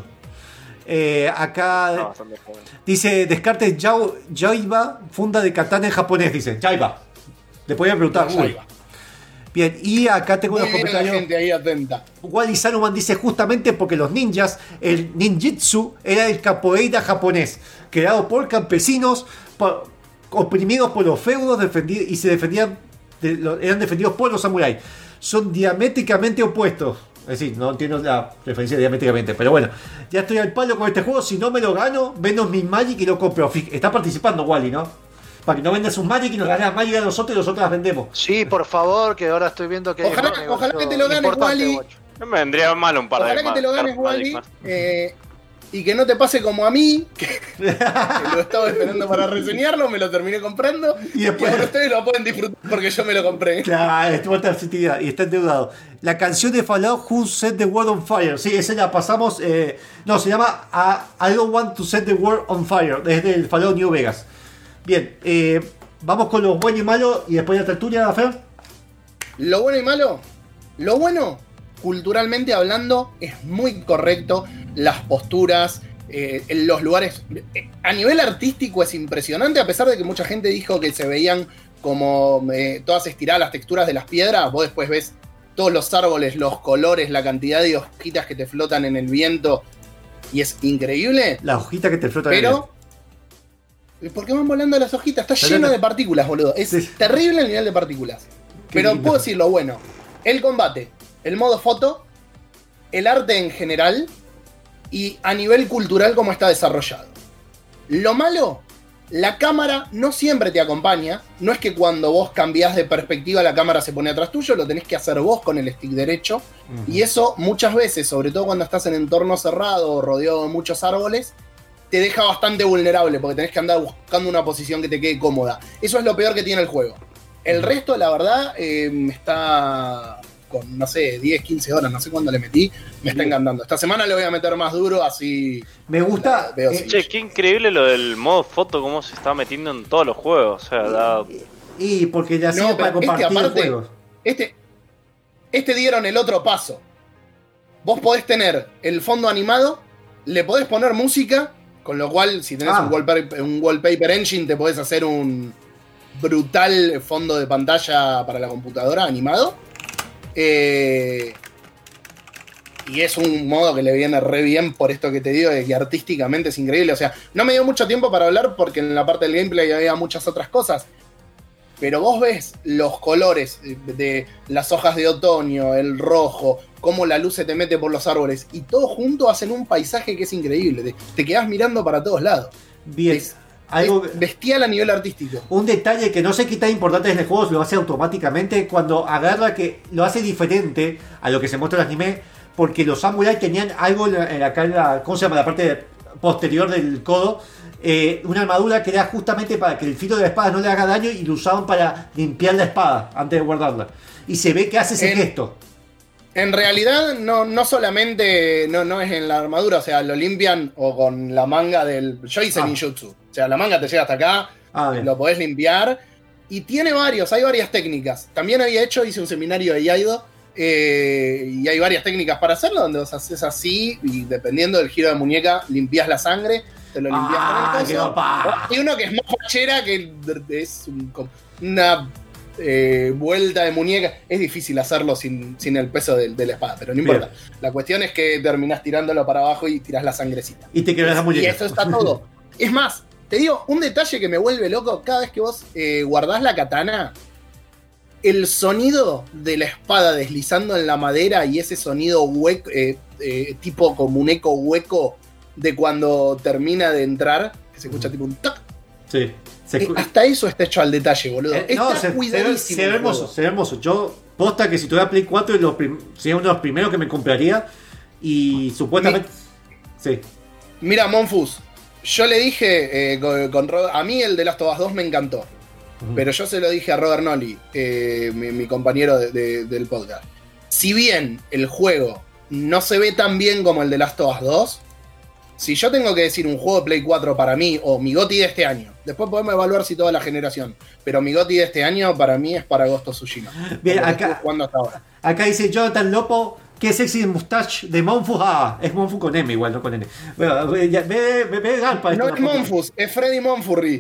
Acá dice Descartes Yaiba, funda de katana en japonés, dice Yaiba. Le podía preguntar. Bien, y acá tengo unos comentarios. La gente ahí atenta. Wally Saruman dice justamente porque los ninjas, el ninjitsu era el capoeira japonés, creado por campesinos, oprimidos por los feudos y se defendían, eran defendidos por los samuráis. Son diamétricamente opuestos. Es decir, no entiendo la referencia diamétricamente, pero bueno, ya estoy al palo con este juego. Si no me lo gano, vendo mi Magic y lo compro. Está participando Wally, ¿no? Para que no vendas un Magic y nos ganas Magic a nosotros y nosotros las vendemos. Sí, por favor, que ahora estoy viendo que ojalá que te lo ganes, Wally. No me vendría mal un par ojalá de que te lo ganes, Wally. Y que no te pase como a mí, que lo estaba esperando para reseñarlo, me lo terminé comprando y ahora ustedes lo pueden disfrutar porque yo me lo compré. Claro, estuvo en actividad y está endeudado. La canción de Fallout, Who Set the World on Fire. Sí, esa la pasamos. No, se llama I Don't Want to Set the World on Fire. Desde el Fallout New Vegas. Bien, vamos con los buenos y malos y después la tertulia, Fer. Lo bueno y malo. Lo bueno, culturalmente hablando, es muy correcto. Las posturas, en los lugares. A nivel artístico es impresionante, a pesar de que mucha gente dijo que se veían como todas estiradas las texturas de las piedras. Vos después ves todos los árboles, los colores, la cantidad de hojitas que te flotan en el viento. Y es increíble. La hojita que te flota en el viento. Pero, ¿por qué van volando las hojitas? Está lleno de partículas, boludo. Es terrible el nivel de partículas. Pero lindo. Puedo decir lo bueno. El combate, el modo foto, el arte en general y a nivel cultural cómo está desarrollado. Lo malo, la cámara no siempre te acompaña. No es que cuando vos cambiás de perspectiva la cámara se pone atrás tuyo, lo tenés que hacer vos con el stick derecho. Y eso muchas veces, sobre todo cuando estás en entorno cerrado o rodeado de muchos árboles, te deja bastante vulnerable porque tenés que andar buscando una posición que te quede cómoda. Eso es lo peor que tiene el juego. El resto, la verdad, está con, no sé, 10, 15 horas, no sé cuándo le metí, me está encantando. Esta semana le voy a meter más duro, así... Me gusta... Che, qué increíble lo del modo foto, cómo se está metiendo en todos los juegos. O sea, Y porque ya no, para compartir aparte, juegos. Este dieron el otro paso. Vos podés tener el fondo animado, le podés poner música, con lo cual, si tenés un wallpaper engine, te podés hacer un brutal fondo de pantalla para la computadora animado. Y es un modo que le viene re bien por esto que te digo, de que artísticamente es increíble. O sea, no me dio mucho tiempo para hablar porque en la parte del gameplay había muchas otras cosas. pero vos ves los colores de las hojas de otoño, el rojo, cómo la luz se te mete por los árboles, y todo junto hacen un paisaje que es increíble. Te quedás mirando para todos lados. Bien. Es bestial a nivel artístico. Un detalle que no sé qué tan importante es en el juego, lo hace automáticamente cuando agarra, que lo hace diferente a lo que se muestra en el anime, porque los samuráis tenían algo acá en la, ¿cómo se llama? La parte posterior del codo, una armadura que era justamente para que el filo de la espada no le haga daño, y lo usaban para limpiar la espada antes de guardarla. Y se ve que hace ese gesto. En realidad, no solamente no es en la armadura, o sea, lo limpian o con la manga del. Yo hice ninjutsu. O sea, la manga te llega hasta acá, lo podés limpiar. Y tiene hay varias técnicas. También hice un seminario de Iaido. Y hay varias técnicas para hacerlo, donde vos haces así, y dependiendo del giro de muñeca, limpias la sangre, te lo limpias con el coso. Hay uno que es más fachera, que es una vuelta de muñeca. Es difícil hacerlo sin el peso de la espada, pero no importa. La cuestión es que terminás tirándolo para abajo y tirás la sangrecita. Y te quedas la muñeca. Y eso está todo. Es más, te digo, un detalle que me vuelve loco: cada vez que vos guardás la katana, el sonido de la espada deslizando en la madera, y ese sonido hueco, tipo como un eco hueco de cuando termina de entrar, que se escucha tipo un toc. Sí. Hasta eso está hecho al detalle, boludo. Está cuidadísimo. Se ve hermoso. Yo, posta que si tuviera Play 4, sería uno de los primeros que me compraría. Y supuestamente. Sí. Mira, Monfus, yo le dije a mí el de Last of Us 2 me encantó. Pero yo se lo dije a Robert Nolly, mi compañero del podcast. Si bien el juego no se ve tan bien como el de Last of Us 2, si yo tengo que decir un juego de Play 4 para mí, o mi GOTY de este año, después podemos evaluar si toda la generación, pero mi GOTY de este año para mí es para Ghost of Tsushima. Bien, acá dice Jonathan Lopo: qué sexy mustache de Monfus. Es Monfus con M igual, no con N. Bueno, ve garpa esto. No es Monfus, es Freddy Monfurri.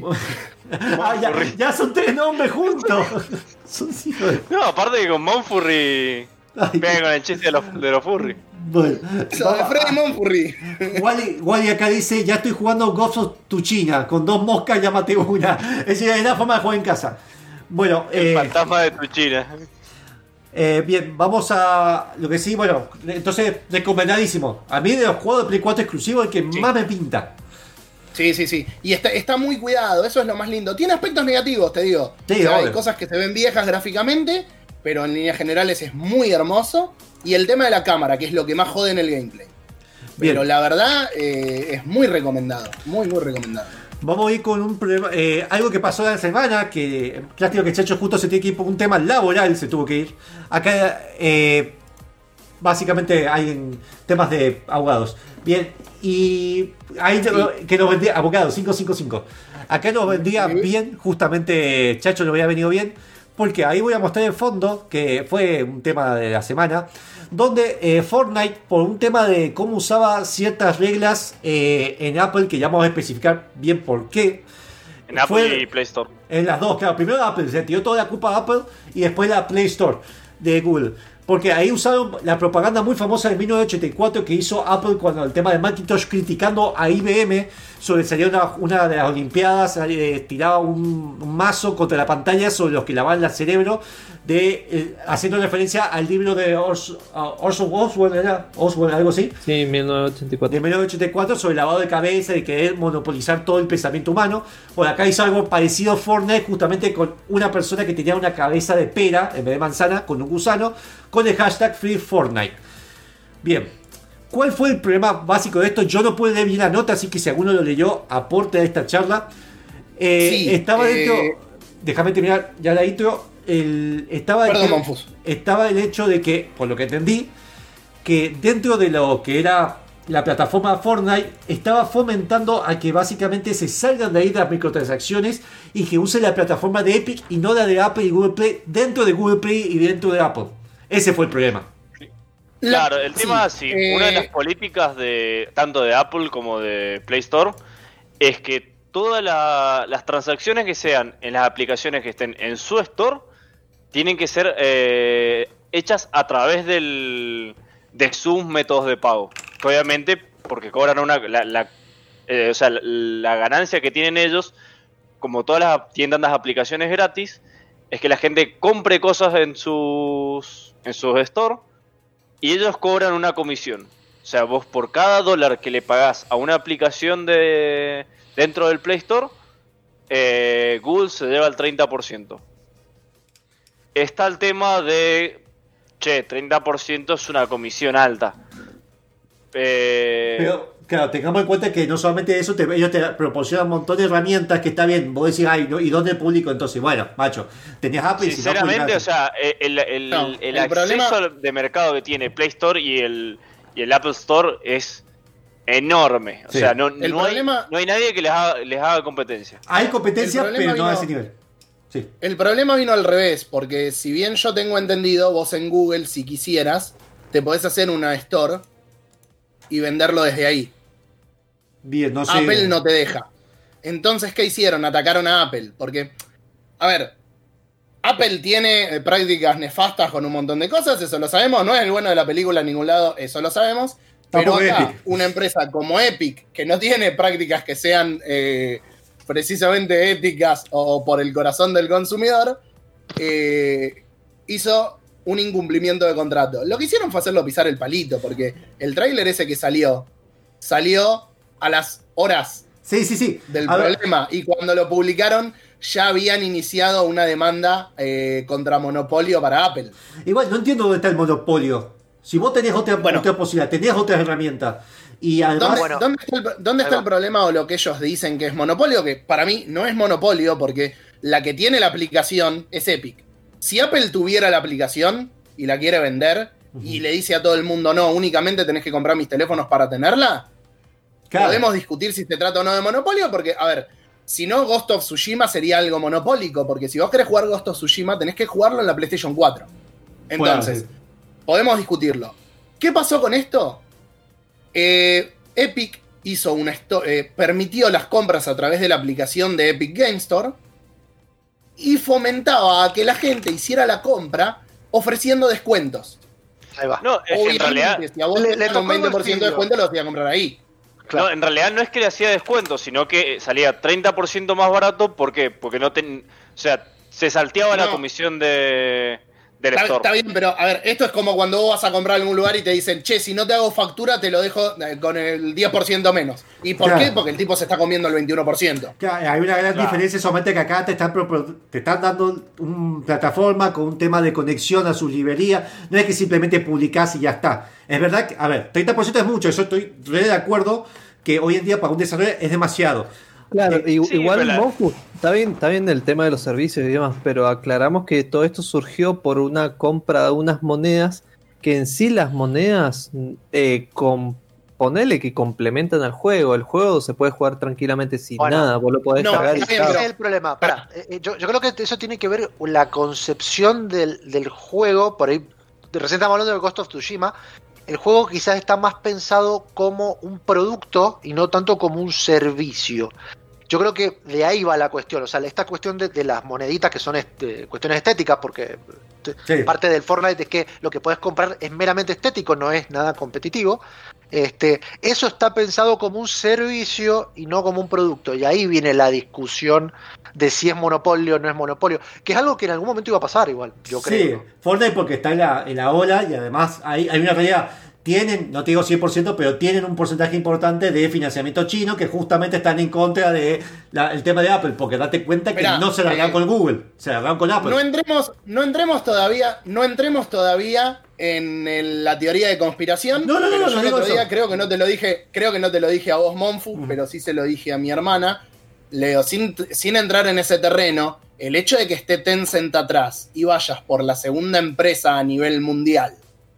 Ya son 3 nombres juntos. No, aparte que con Monfurri pegan con el chiste de los furry. Bueno, Freddy Monfurri. Wally acá dice: ya estoy jugando Ghost of Tsushima con 2 moscas, ya maté una. Es la forma de jugar en casa. Bueno, el fantasma de Tsushima. Bien, vamos a lo que sí. Bueno, entonces, recomendadísimo. A mí, de los juegos de Play 4 exclusivos, el que más me pinta. Sí. Y está muy cuidado, eso es lo más lindo. Tiene aspectos negativos, te digo. Sí, hay cosas que se ven viejas gráficamente, pero en líneas generales es muy hermoso. Y el tema de la cámara, que es lo que más jode en el gameplay. Bien. Pero la verdad, es muy recomendado. Muy recomendado. Vamos a ir con un problema, algo que pasó la semana, que lástima que Chacho justo se tiene que ir por un tema laboral, se tuvo que ir. Acá, básicamente hay temas de abogados. Bien, y ahí que nos vendía, abogados, 555. Acá nos vendría bien, justamente Chacho nos había venido bien, porque ahí voy a mostrar el fondo, que fue un tema de la semana, donde Fortnite, por un tema de cómo usaba ciertas reglas en Apple, que ya vamos a especificar bien por qué. En Apple y Play Store. En las dos, claro. Primero Apple, se tiró toda la culpa a Apple, y después la Play Store de Google. Porque ahí usaron la propaganda muy famosa de 1984 que hizo Apple cuando el tema de Macintosh, criticando a IBM sobre salir una de las Olimpiadas, tiraba un mazo contra la pantalla sobre los que lavaban el cerebro, haciendo referencia al libro de Orson Welles, algo así. Sí, 1984. De 1984, sobre el lavado de cabeza y querer monopolizar todo el pensamiento humano. Por acá hizo algo parecido a Fortnite, justamente con una persona que tenía una cabeza de pera en vez de manzana, con un gusano, con el hashtag #FreeFortnite. Bien, ¿cuál fue el problema básico de esto? Yo no pude leer bien la nota, así que si alguno lo leyó, aporte a esta charla. Estaba dentro. Déjame terminar ya la intro. Estaba el hecho de que, por lo que entendí, que dentro de lo que era la plataforma Fortnite, estaba fomentando a que básicamente se salgan de ahí de las microtransacciones y que usen la plataforma de Epic y no la de Apple y Google Play, dentro de Google Play y dentro de Apple. Ese fue el problema. Claro, el tema, una de las políticas de tanto de Apple como de Play Store es que todas las transacciones que sean en las aplicaciones que estén en su store tienen que ser hechas a través de sus métodos de pago. Que obviamente, porque cobran la ganancia que tienen ellos, como todas las tiendas de aplicaciones gratis, es que la gente compre cosas en sus store y ellos cobran una comisión. O sea, vos por cada $1 que le pagás a una aplicación dentro del Play Store, Google se lleva el 30%. Está el tema de, 30% es una comisión alta. Pero, claro, tengamos en cuenta que no solamente eso, ellos te proporcionan un montón de herramientas que está bien. Vos decís, ay, no, ¿y dónde publico? Entonces, bueno, macho, tenías Apple y si no sinceramente, publicaste. o sea, el acceso de mercado que tiene Play Store y el Apple Store es enorme. O sea, no hay nadie que les haga competencia. Hay competencia, pero no a ese nivel. Sí. El problema vino al revés, porque si bien yo tengo entendido, vos en Google, si quisieras, te podés hacer una store y venderlo desde ahí. Bien, no sé. Apple no te deja. Entonces, ¿qué hicieron? Atacaron a Apple. Porque, a ver, Apple tiene prácticas nefastas con un montón de cosas, eso lo sabemos. No es el bueno de la película en ningún lado, eso lo sabemos. Pero acá, Epic. Una empresa como Epic, que no tiene prácticas que sean precisamente éticas o por el corazón del consumidor, hizo un incumplimiento de contrato. Lo que hicieron fue hacerlo pisar el palito, porque el tráiler ese que salió a las horas del problema, y cuando lo publicaron ya habían iniciado una demanda contra monopolio para Apple. Igual, no entiendo dónde está el monopolio. Si vos tenés otra posibilidad, tenías otras herramientas. Y además, ¿Dónde está el problema o lo que ellos dicen que es monopolio? Que para mí no es monopolio, porque la que tiene la aplicación es Epic. Si Apple tuviera la aplicación y la quiere vender y le dice a todo el mundo, no, únicamente tenés que comprar mis teléfonos para tenerla, podemos discutir si se trata o no de monopolio, porque, a ver, si no, Ghost of Tsushima sería algo monopólico, porque si vos querés jugar Ghost of Tsushima, tenés que jugarlo en la PlayStation 4. Entonces, podemos discutirlo. ¿Qué pasó con esto? Epic hizo permitió las compras a través de la aplicación de Epic Game Store y fomentaba a que la gente hiciera la compra ofreciendo descuentos. Ahí va. No, en realidad, si a vos le dan un 20% de descuento, lo voy a comprar ahí. Claro. No, en realidad no es que le hacía descuento, sino que salía 30% más barato. ¿Por qué? Porque o sea, se salteaba la comisión del store. Está bien, pero a ver, esto es como cuando vos vas a comprar en algún lugar y te dicen, che, si no te hago factura, te lo dejo con el 10% menos. ¿Y por qué? Porque el tipo se está comiendo el 21%. Claro, hay una gran diferencia, solamente que acá te están dando una plataforma con un tema de conexión a su librería. No es que simplemente publicás y ya está. Es verdad que, a ver, 30% es mucho, eso estoy de acuerdo, que hoy en día para un desarrollo es demasiado. Claro, igual Monfu, está bien el tema de los servicios y demás, pero aclaramos que todo esto surgió por una compra de unas monedas que en sí las monedas ponele que complementan al juego. El juego se puede jugar tranquilamente sin nada, vos lo podés cargar. Ese es el problema. Yo creo que eso tiene que ver con la concepción del juego. Por ahí, recién estamos hablando de Ghost of Tsushima. El juego quizás está más pensado como un producto y no tanto como un servicio. Yo creo que de ahí va la cuestión. O sea, esta cuestión de las moneditas que son cuestiones estéticas, porque parte del Fortnite es que lo que puedes comprar es meramente estético, no es nada competitivo. Eso está pensado como un servicio y no como un producto. Y ahí viene la discusión de si es monopolio o no es monopolio, que es algo que en algún momento iba a pasar igual, yo creo. Sí, Fortnite porque está en la ola y además hay una realidad. Tienen, no te digo 100%, pero tienen un porcentaje importante de financiamiento chino que justamente están en contra de el tema de Apple, porque date cuenta que no se largaron con Google, se largaron con Apple. No entremos todavía en la teoría de conspiración. No, yo el otro día creo que no te lo dije a vos, Monfu, pero sí se lo dije a mi hermana. Leo, sin entrar en ese terreno, el hecho de que esté Tencent atrás y vayas por la segunda empresa a nivel mundial,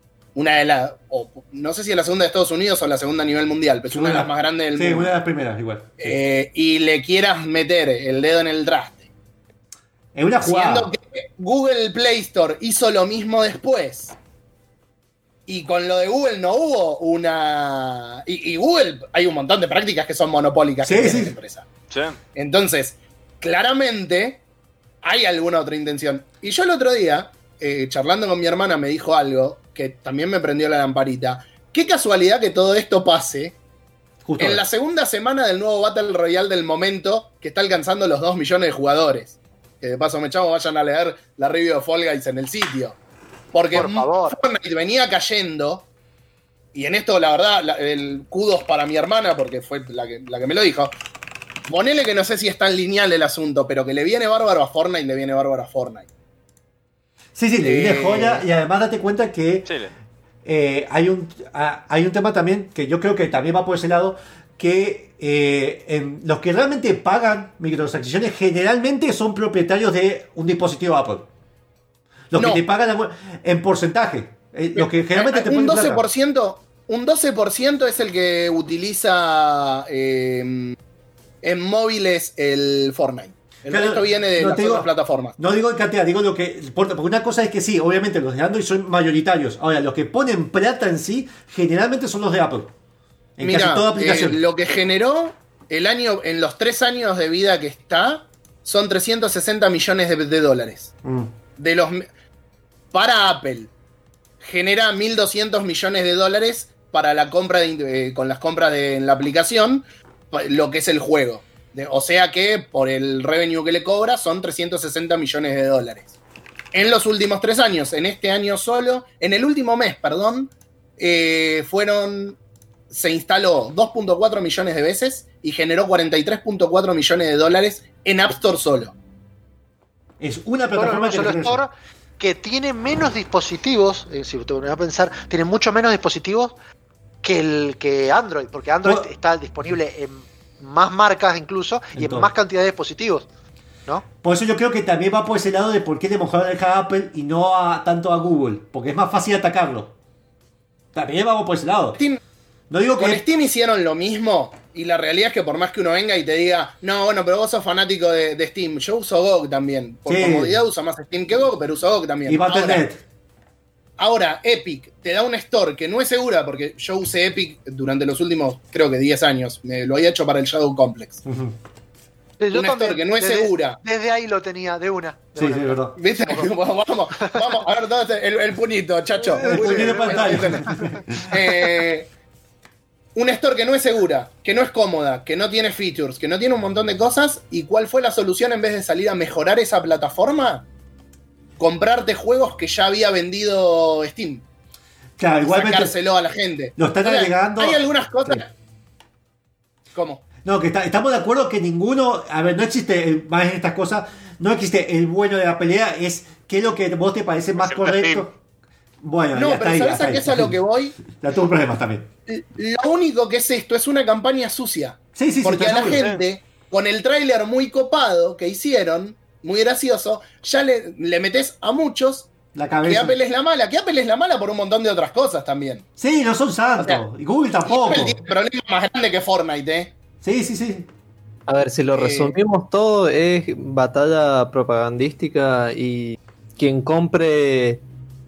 no sé si es la segunda de Estados Unidos o la segunda a nivel mundial, pero es una de las más grandes del mundo. Sí, una de las primeras, igual. Y le quieras meter el dedo en el traste. Es una jugada. Siendo que Google Play Store hizo lo mismo después. Y con lo de Google no hubo una... Y Google, hay un montón de prácticas que son monopólicas que tiene la empresa. Sí. Entonces, claramente hay alguna otra intención. Y yo el otro día, charlando con mi hermana, me dijo algo que también me prendió la lamparita. Qué casualidad que todo esto pase en la segunda semana del nuevo Battle Royale del momento, que está alcanzando los 2 millones de jugadores. que de paso me chavo, vayan a leer la review de Fall Guys en el sitio. Porque Por favor. Fortnite venía cayendo, y en esto, la verdad, el kudos para mi hermana, porque fue la que me lo dijo. Ponele que no sé si es tan lineal el asunto, pero que le viene bárbaro a Fortnite, le viene bárbaro a Fortnite. Sí, le viene joya, y además date cuenta que hay un tema también, que yo creo que también va por ese lado, que los que realmente pagan microtransacciones generalmente son propietarios de un dispositivo Apple. Los que te pagan en porcentaje. Los que generalmente te un ponen 12%, un 12% es el que utiliza en móviles el Fortnite. El resto viene de las otras plataformas. No digo en cantidad, digo lo que importa. Porque una cosa es que sí, obviamente los de Android son mayoritarios. Ahora, los que ponen plata en sí, generalmente son los de Apple. En casi toda aplicación. Lo que generó en los 3 años de vida que está, son 360 millones de dólares. Para Apple, genera 1.200 millones de dólares para la compra con las compras en la aplicación, lo que es el juego. O sea que por el revenue que le cobra son 360 millones de dólares. En los últimos 3 años, en este año solo, en el último mes, perdón, se instaló 2.4 millones de veces y generó 43.4 millones de dólares en App Store solo. Es una plataforma que tiene menos dispositivos, si te pones a pensar, tiene mucho menos dispositivos que Android, porque Android está disponible en más marcas incluso y en más cantidad de dispositivos, ¿no? Por eso yo creo que también va por ese lado de por qué le mojaron el a Apple y no tanto a Google, porque es más fácil atacarlo. También vamos por ese lado. No digo con Steam hicieron lo mismo, y la realidad es que por más que uno venga y te diga, no, bueno, pero vos sos fanático de Steam, yo uso GOG también. Por comodidad uso más Steam que GOG, pero uso GOG también. Y Battle.net. Ahora, Epic te da una store que no es segura, porque yo usé Epic durante los últimos, creo que 10 años. Me lo había hecho para el Shadow Complex. Una store que no es segura. Desde ahí lo tenía, de una. Sí, verdad. ¿Viste? Vamos, a ver, el puñito, chacho. El puñito de pantalla. Una store que no es segura, que no es cómoda, que no tiene features, que no tiene un montón de cosas. ¿Y cuál fue la solución en vez de salir a mejorar esa plataforma? Comprarte juegos que ya había vendido Steam. Claro, igualmente. Sacárselo a la gente. Lo están agregando. Hay algunas cosas. Sí. ¿Cómo? No, que estamos de acuerdo que ninguno. A ver, no existe más en estas cosas. No existe el bueno de la pelea. Es qué es lo que vos te parece más correcto. Bueno, no, pero ¿sabes a qué es a lo que voy? Ya tuvo problemas también. Lo único que es esto es una campaña sucia. Sí, porque a la seguro, gente, con el tráiler muy copado que hicieron, muy gracioso, ya le metés a muchos la cabeza. Que Apple es la mala. Que Apple es la mala por un montón de otras cosas también. Sí, no son santos. O sea, y Google tampoco. Apple tiene un problema más grande que Fortnite, ¿eh? Sí. A ver, si lo resumimos todo, es batalla propagandística y quien compre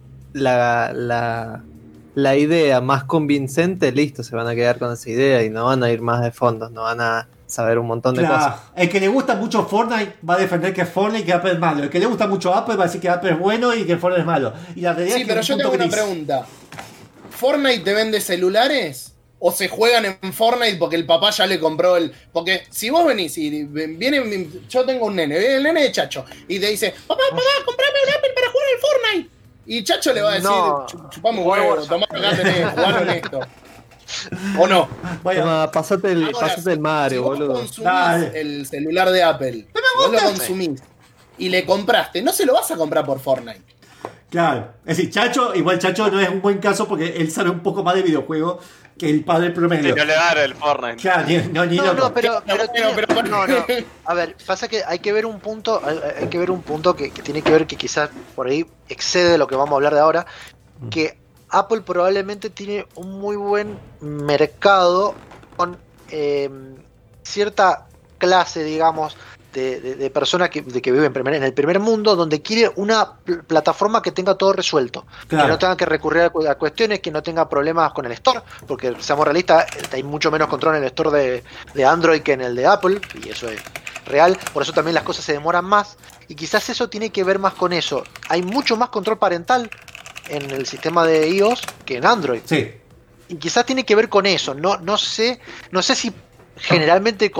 la idea más convincente, listo, se van a quedar con esa idea y no van a ir más de fondos, no van a saber un montón de cosas. El que le gusta mucho Fortnite va a defender que Fortnite y que Apple es malo. El que le gusta mucho Apple va a decir que Apple es bueno y que Fortnite es malo. Y la realidad sí, es que pero yo tengo una pregunta. ¿Fortnite te vende celulares? ¿O se juegan en Fortnite porque el papá ya le compró el...? Porque si vos venís y viene... Yo tengo un nene, viene el nene de Chacho, y te dice, papá, comprame un Apple para jugar al Fortnite. Y Chacho le va a decir, chupame un huevo, tomá acá tenés, jugalo en esto. ¿O no? Toma, pasate el Mario, si boludo. Vos consumís el celular de Apple, vos lo consumís y le compraste, no se lo vas a comprar por Fortnite. Claro, es decir, Chacho no es un buen caso porque él sabe un poco más de videojuegos que el padre promedio. Sí, no le va a dar el Fortnite. Claro, no, pero no. A ver, pasa que hay que ver un punto, que tiene que ver que quizás por ahí excede lo que vamos a hablar de ahora, que Apple probablemente tiene un muy buen mercado con cierta clase, digamos, de personas que viven en el primer mundo, donde quiere una plataforma que tenga todo resuelto, claro. Que no tenga que recurrir a cuestiones, que no tenga problemas con el store, porque seamos realistas, hay mucho menos control en el store de Android que en el de Apple, y eso es real, por eso también las cosas se demoran más, y quizás eso tiene que ver más con eso. Hay mucho más control parental en el sistema de iOS que en Android. Sí. Y quizás tiene que ver con eso. No sé si generalmente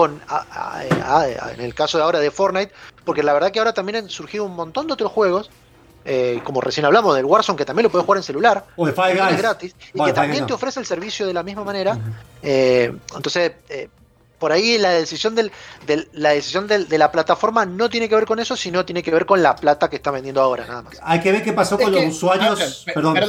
en el caso de ahora de Fortnite, porque la verdad que ahora también han surgido un montón de otros juegos, como recién hablamos del Warzone, que también lo puedes jugar en celular, o de Fall es Guys gratis, y bueno, que también no. te ofrece el servicio de la misma manera. Entonces, por ahí la decisión de la plataforma no tiene que ver con eso, sino tiene que ver con la plata que está vendiendo ahora, nada más. Hay que ver qué pasó con los usuarios.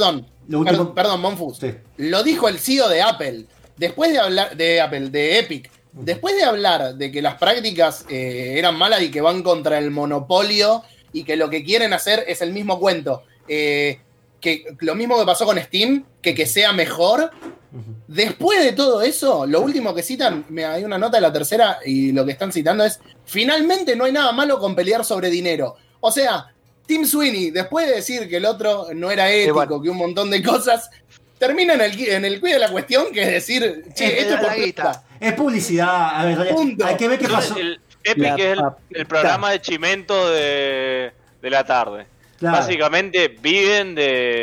Perdón, Monfus. Sí. Lo dijo el CEO de Apple. Después de hablar de Epic, después de hablar de que las prácticas eran malas y que van contra el monopolio y que lo que quieren hacer es el mismo cuento, que lo mismo que pasó con Steam, que sea mejor. Después de todo eso, lo último que citan, hay una nota de la tercera y lo que están citando es: finalmente no hay nada malo con pelear sobre dinero. O sea, Tim Sweeney, después de decir que el otro no era ético, que un montón de cosas, termina en el cuid de la cuestión, que es decir, che, esto es por plata. Es publicidad. A ver, hay que ver qué pasó. El Epic es el programa de chimento de la tarde. Claro. Básicamente viven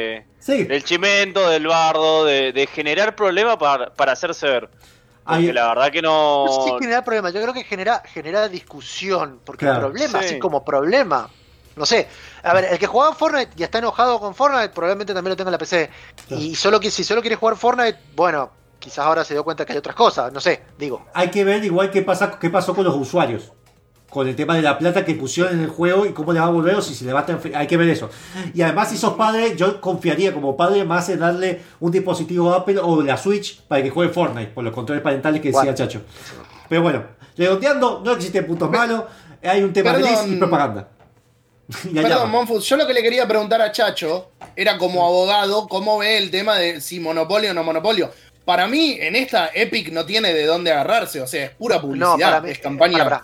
del chimento, del bardo, de generar problemas para hacerse ver. Porque la verdad que no... No sé si genera problemas, yo creo que genera discusión, porque Claro. problema, Sí. así como problema, no sé. A ver, el que jugaba en Fortnite y está enojado con Fortnite, probablemente también lo tenga en la PC. Claro. Y si solo quiere jugar Fortnite, bueno, quizás ahora se dio cuenta que hay otras cosas, no sé, digo. Hay que ver igual qué pasó con los usuarios. Con el tema de la plata que pusieron en el juego y cómo le va a volver o si se le va a transferir. Hay que ver eso. Y además, si sos padre, yo confiaría como padre más en darle un dispositivo Apple o la Switch para que juegue Fortnite, por los controles parentales que decía Chacho. Pero bueno, redondeando, no existen puntos malos. Hay un tema feliz y propaganda. Perdón, Monfus, yo lo que le quería preguntar a Chacho era, como abogado, ¿cómo ve el tema de si monopolio o no monopolio? Para mí, en esta, Epic no tiene de dónde agarrarse, o sea, es pura publicidad, para mí, es campaña.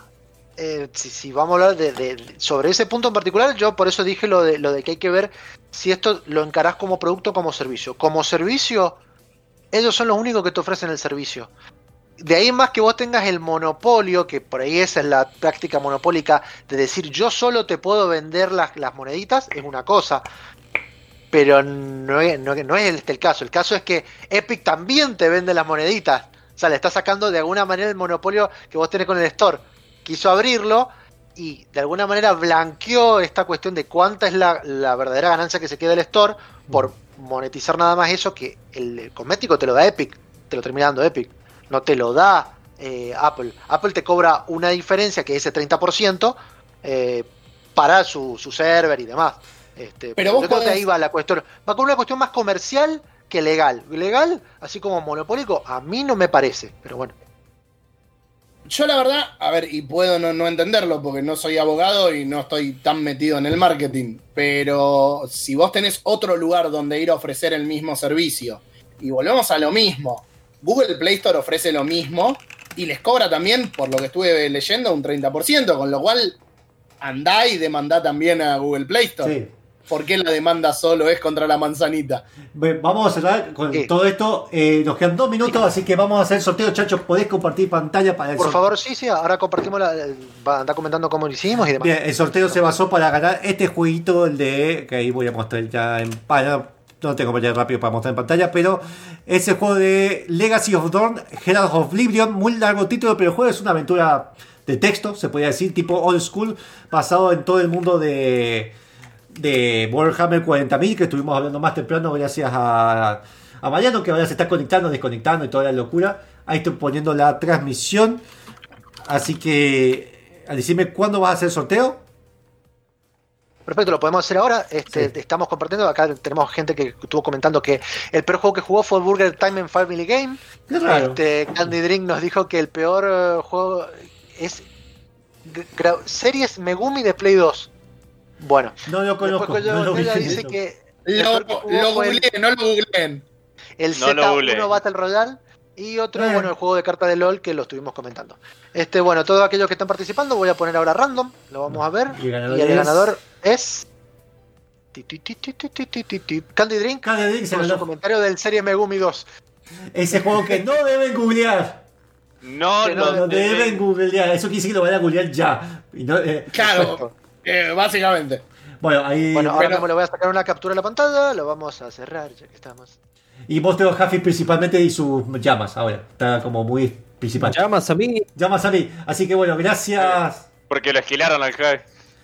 Si vamos a hablar sobre ese punto en particular, yo por eso dije lo de que hay que ver si esto lo encarás como producto o como servicio. Como servicio, ellos son los únicos que te ofrecen el servicio. De ahí en más que vos tengas el monopolio, que por ahí esa es la práctica monopólica de decir yo solo te puedo vender las moneditas, es una cosa. Pero no es el caso. El caso es que Epic también te vende las moneditas. O sea, le está sacando de alguna manera el monopolio que vos tenés con el store. Quiso abrirlo y de alguna manera blanqueó esta cuestión de cuánta es la verdadera ganancia que se queda del store por monetizar nada más eso, que el cosmético te lo da Epic, te lo termina dando Epic, no te lo da Apple. Apple te cobra una diferencia que es ese 30% para su server y demás. Pero vos creo que ahí va la cuestión. Va con una cuestión más comercial que legal. Legal, así como monopólico, a mí no me parece, pero bueno. Yo la verdad, a ver, y puedo no entenderlo porque no soy abogado y no estoy tan metido en el marketing, pero si vos tenés otro lugar donde ir a ofrecer el mismo servicio, y volvemos a lo mismo, Google Play Store ofrece lo mismo y les cobra también, por lo que estuve leyendo, un 30%, con lo cual andá y demandá también a Google Play Store. Sí. ¿Por qué la demanda solo es contra la manzanita? Vamos a cerrar con todo esto. Nos quedan 2 minutos, así que vamos a hacer el sorteo. Chacho, ¿podés compartir pantalla para el sorteo? Por favor, sí, ahora compartimos anda comentando cómo lo hicimos y demás. Bien, el sorteo se basó para ganar este jueguito, el de... que ahí voy a mostrar ya en pantalla. No tengo pantalla rápido para mostrar en pantalla, pero es el juego de Legacy of Dawn, Herald of Oblivion. Muy largo título, pero el juego es una aventura de texto, se podría decir, tipo old school, basado en todo el mundo de Warhammer 40.000, que estuvimos hablando más temprano gracias a Mariano, que ahora se está conectando, desconectando y toda la locura. Ahí estoy poniendo la transmisión, así que decime cuándo vas a hacer el sorteo. Perfecto, lo podemos hacer ahora. Estamos compartiendo, acá tenemos gente que estuvo comentando que el peor juego que jugó fue Burger Time en Family Game. Candy Drink nos dijo que el peor juego es Series Megumi de Play 2. Bueno, no lo conozco. Dice que lo googleen, no lo googleen. El Z1 Battle Royale y otro, bueno, el juego de cartas de LOL que lo estuvimos comentando. Bueno, todos aquellos que están participando voy a poner ahora random, lo vamos a ver. Y el ganador es Candy Drink con su comentario del Serie Megumi 2. Ese juego que no deben googlear. No deben googlear. Eso quiere decir que lo van a googlear ya. Y no, claro. Básicamente. Bueno, ahora mismo le voy a sacar una captura de la pantalla, lo vamos a cerrar ya que estamos. Y Monster of Happy principalmente y sus llamas ahora. Está como muy principal. Llamas a mí. Llamas a mí. Así que bueno, gracias. Porque lo esquilaron al Javi.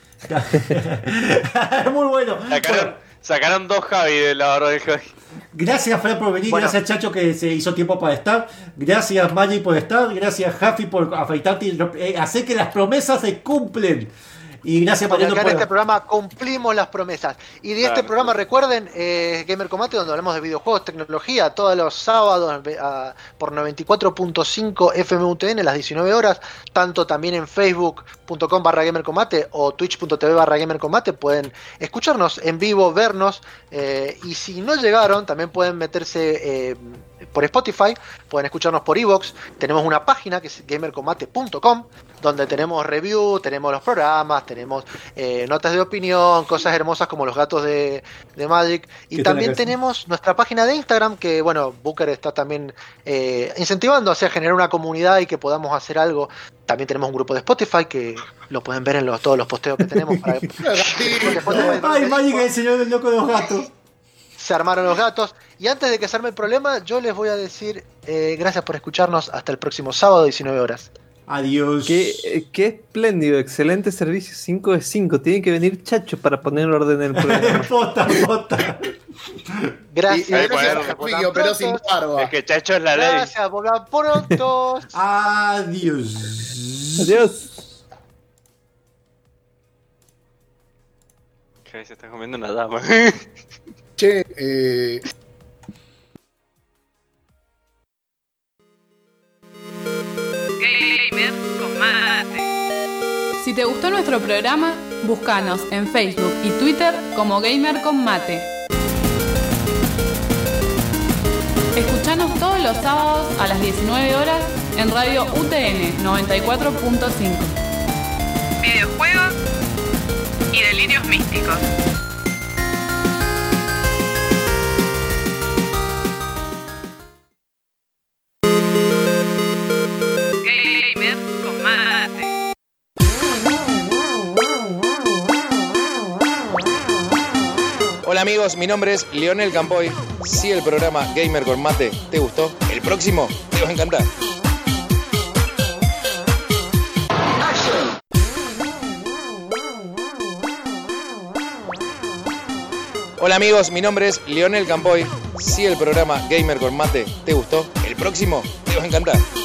Muy bueno. Sacaron 2 Javi de la barra del Javi. Gracias, Fran, por venir. Bueno. Gracias, Chacho, que se hizo tiempo para estar. Gracias, Maggi, por estar. Gracias, Jafi, por afeitarte y hacer que las promesas se cumplen. Y gracias, Porque Mariano, acá en por... este programa cumplimos las promesas. Y de este programa, recuerden, Gamer Combate, donde hablamos de videojuegos, tecnología, todos los sábados por 94.5 FMUTN a las 19 horas, tanto también en facebook.com/GamerCombate o twitch.tv/GamerCombate. Pueden escucharnos en vivo, vernos, y si no llegaron, también pueden meterse por Spotify, pueden escucharnos por iVoox. Tenemos una página que es gamercombate.com, donde tenemos review, tenemos los programas, tenemos notas de opinión, cosas hermosas como los gatos de Magic. Y también tenemos nuestra página de Instagram, que bueno, Booker está también incentivando a generar una comunidad y que podamos hacer algo. También tenemos un grupo de Spotify que lo pueden ver en todos los posteos que tenemos. Ay, Magic es el señor del loco de los gatos. Se armaron los gatos. Y antes de que se arme el problema, yo les voy a decir gracias por escucharnos. Hasta el próximo sábado, 19 horas. Adiós. Qué espléndido, excelente servicio, 5 de 5. Tiene que venir Chacho para poner orden en el programa. Pota. Gracias. pero sin barba. Es que Chacho es la ley. Gracias, volvan pronto. Adiós. Adiós. Que se está comiendo una dama. Che, Gamer con Mate. Si te gustó nuestro programa, búscanos en Facebook y Twitter como Gamer con Mate. Escuchanos todos los sábados a las 19 horas en Radio UTN 94.5. Videojuegos y delirios místicos. Gamer con Mate. Hola amigos, mi nombre es Leonel Campoy. Si el programa Gamer con Mate te gustó, el próximo te va a encantar. Hola amigos, mi nombre es Leonel Campoy. Si el programa Gamer con Mate te gustó, el próximo te va a encantar.